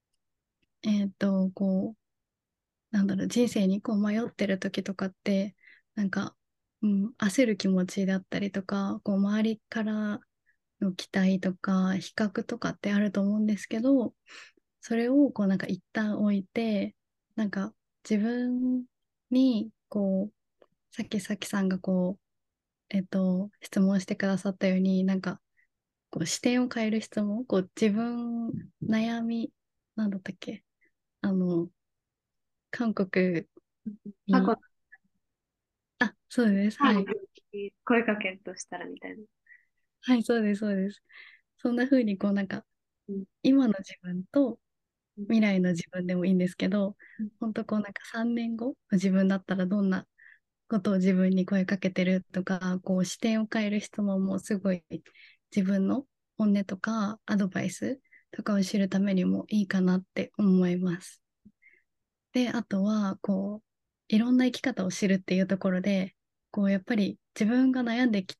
[SPEAKER 2] こう、なんだろう、人生にこう迷ってる時とかって、なんか、焦る気持ちだったりとか、こう周りからの期待とか比較とかってあると思うんですけど、それをこうなんか一旦置いて、なんか自分にこう、さっきさんがこう、質問してくださったように、なんかこう視点を変える質問、こう自分悩み、なんだったっけ、あの、韓国に、
[SPEAKER 1] 過去の
[SPEAKER 2] あ、そうです。はい。
[SPEAKER 1] に声かけるとしたらみたいな。
[SPEAKER 2] はい、そうです、そうです。そんな風にこうなんか、
[SPEAKER 1] うん
[SPEAKER 2] 今の自分と
[SPEAKER 1] うん
[SPEAKER 2] 未来の自分でもいいんですけど、
[SPEAKER 1] うん
[SPEAKER 2] 本当こうなんか3年後の自分だったらどんなことを自分に声かけてるとか、こう視点を変える質問もすごい自分の本音とかアドバイスとかを知るためにもいいかなって思います。で、あとは、こう、いろんな生き方を知るっていうところで、こう、やっぱり自分が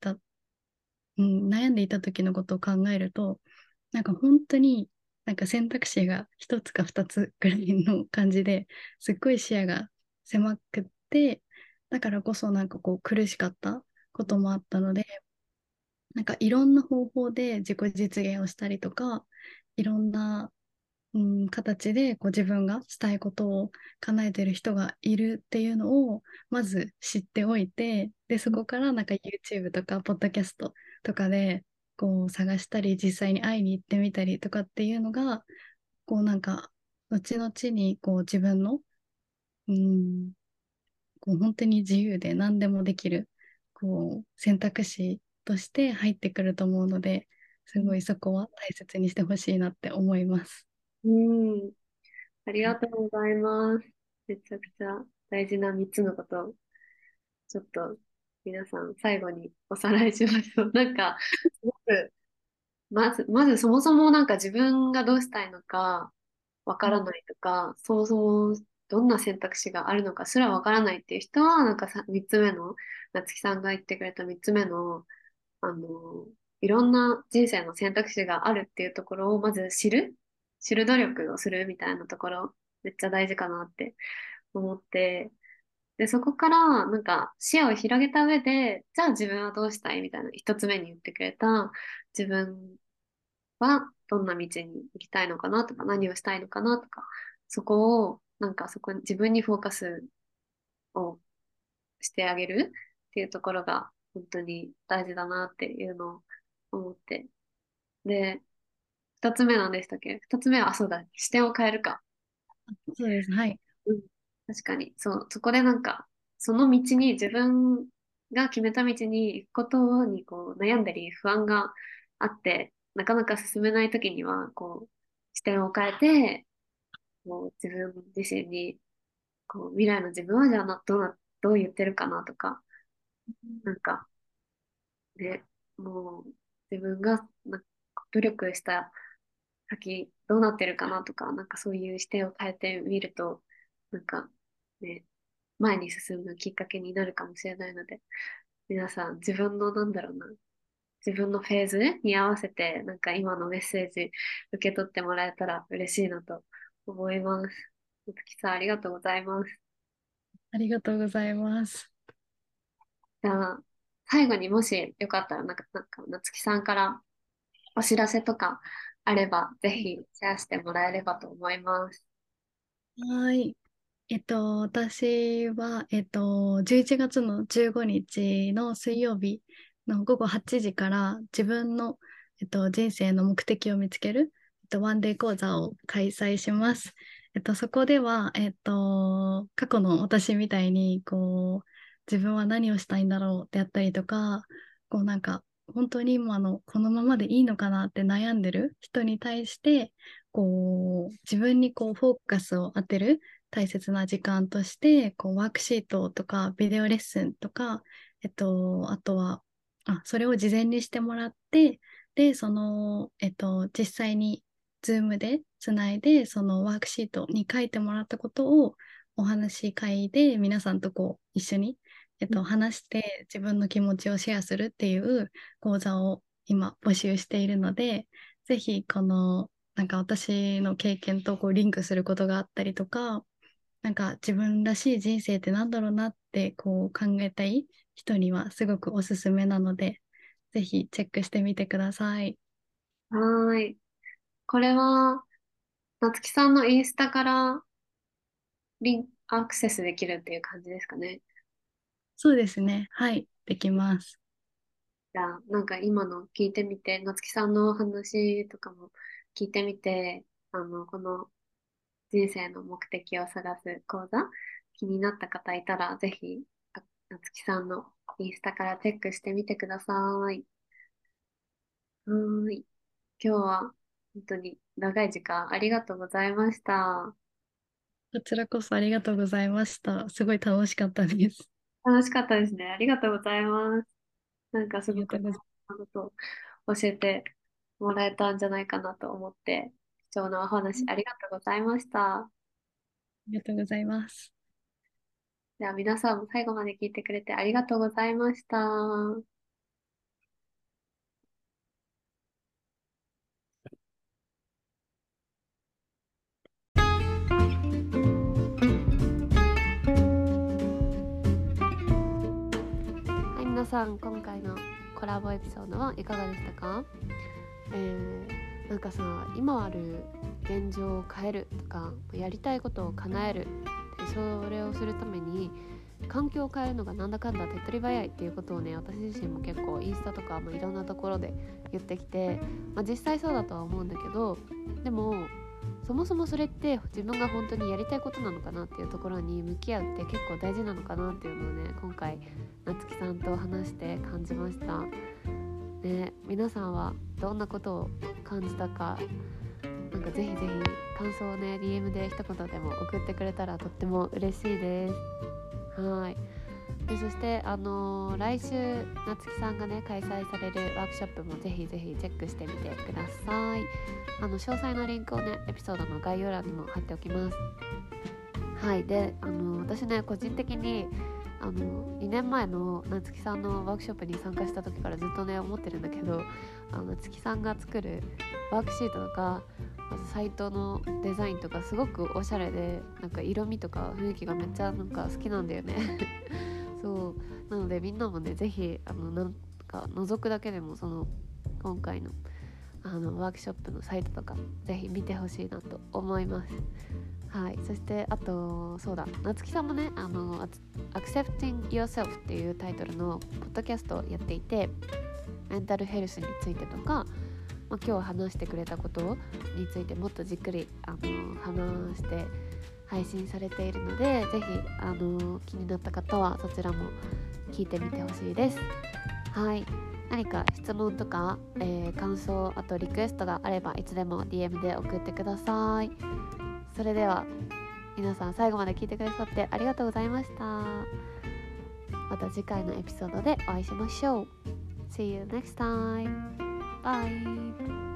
[SPEAKER 2] 悩んでいた時のことを考えると、なんか本当になんか選択肢が一つか二つぐらいの感じですっごい視野が狭くって、だからこそなんかこう苦しかったこともあったので、なんかいろんな方法で自己実現をしたりとか、いろんな形でこう自分がしたいことを叶えてる人がいるっていうのをまず知っておいて、で、そこからなんか YouTube とか Podcast とかでこう探したり、実際に会いに行ってみたりとかっていうのが、こうなんか、後々にこう自分の、うん、こう本当に自由で何でもできる、こう選択肢として入ってくると思うので、すごいそこは大切にしてほしいなって思います。
[SPEAKER 1] うんあり
[SPEAKER 2] はい。
[SPEAKER 1] がとうございます。めちゃくちゃ大事な3つのことを、ちょっと皆さん最後におさらいしましょう。なんか、すごく、まずそもそもなんか自分がどうしたいのかわからないとか、そもそもどんな選択肢があるのかすらわからないっていう人は、なんか3つ目の、夏木さんが言ってくれた3つ目の、あの、いろんな人生の選択肢があるっていうところをまず知る努力をするみたいなところ、めっちゃ大事かなって思って、で、そこからなんか視野を広げた上で、じゃあ自分はどうしたいみたいな一つ目に言ってくれた自分はどんな道に行きたいのかなとか、何をしたいのかなとか、そこを、なんかそこに自分にフォーカスをしてあげるっていうところが本当に大事だなっていうのを思って。で、二つ目なんでしたっけ？二つ目は、あ、そうだ、視点を変えるか。
[SPEAKER 2] そうです。はい。
[SPEAKER 1] うん。確かに、そう、そこでなんか、その道に自分が決めた道に行くことにこう悩んだり不安があって、なかなか進めないときには、こう、視点を変えて、こう自分自身に、こう、未来の自分はじゃあどう言ってるかなとか、なんか、ね、もう、自分が努力した先どうなってるかなとか、なんかそういう視点を変えてみると、なんかね、前に進むきっかけになるかもしれないので、皆さん自分のなんだろうな、自分のフェーズに合わせて、なんか今のメッセージ受け取ってもらえたら嬉しいなと思います。お月さんありがとうございます。
[SPEAKER 2] ありがとうございます。
[SPEAKER 1] じゃあ、最後にもしよかったら、なんか夏木さんからお知らせとかあれば、ぜひシェアしてもらえればと思います。
[SPEAKER 2] はい。私は、11月の15日の水曜日の午後8時から自分の、人生の目的を見つける、ワンデー講座を開催します。そこでは、過去の私みたいに、自分は何をしたいんだろうであったりとか、なんか、本当に今のこのままでいいのかなって悩んでる人に対して、自分にフォーカスを当てる大切な時間として、ワークシートとかビデオレッスンとか、あとは、それを事前にしてもらって、で、実際にズームでつないで、そのワークシートに書いてもらったことをお話し会で皆さんと一緒に、話して自分の気持ちをシェアするっていう講座を今募集しているので、ぜひなんか私の経験とリンクすることがあったりとか、なんか自分らしい人生ってなんだろうなって考えたい人にはすごくおすすめなので、ぜひチェックしてみてください。
[SPEAKER 1] はーい。これは、なつきさんのインスタからアクセスできるっていう感じですかね。
[SPEAKER 2] そうですね。はい、できます。
[SPEAKER 1] じゃあ、なんか今の聞いてみて、なつきさんの話とかも聞いてみて、この人生の目的を探す講座、気になった方いたら、ぜひ、なつきさんのインスタからチェックしてみてください。はーい。今日は本当に長い時間ありがとうございました。
[SPEAKER 2] こちらこそありがとうございました。すごい楽しかったです。
[SPEAKER 1] 楽しかったですね。ありがとうございます。なんか
[SPEAKER 2] あ
[SPEAKER 1] すごく
[SPEAKER 2] りがとうござい
[SPEAKER 1] ことを教えてもらえたんじゃないかなと思って、貴重なお話ありがとうございました。
[SPEAKER 2] ありがとうございます。
[SPEAKER 1] では皆さんも最後まで聞いてくれてありがとうございました。はい、皆さん、今回のコラボエピソードはいかがでしたか？なんかさ、今ある現状を変えるとか、やりたいことを叶える、でそれをするために環境を変えるのがなんだかんだ手っ取り早いっていうことをね、私自身も結構インスタとか、いろんなところで言ってきて、実際そうだとは思うんだけど、でもそもそもそれって自分が本当にやりたいことなのかなっていうところに向き合うって結構大事なのかなっていうのをね、今回なつきさんと話して感じましたね。皆さんはどんなことを感じたか、なんかぜひぜひ感想をね DM で一言でも送ってくれたらとっても嬉しいです。はい。でそして来週なつきさんがね開催されるワークショップもぜひぜひチェックしてみてください。詳細のリンクをねエピソードの概要欄にも貼っておきます。はい。で私ね個人的に2年前のなつきさんのワークショップに参加した時からずっとね思ってるんだけど、なつきさんが作るワークシートとか、まずサイトのデザインとかすごくおしゃれで、なんか色味とか雰囲気がめっちゃなんか好きなんだよねそうなのでみんなもねぜひなんか覗くだけでもその今回のワークショップのサイトとかぜひ見てほしいなと思います。はい。そしてあとそうだ、なつきさんもねAccepting Yourself っていうタイトルのポッドキャストをやっていて、メンタルヘルスについてとか、今日話してくれたことについてもっとじっくり話して配信されているので、ぜひ気になった方はそちらも聞いてみてほしいです。はい。何か質問とか、感想、あとリクエストがあればいつでも DM で送ってください。それでは皆さん最後まで聞いてくださってありがとうございました。また次回のエピソードでお会いしましょう。See you next time. Bye.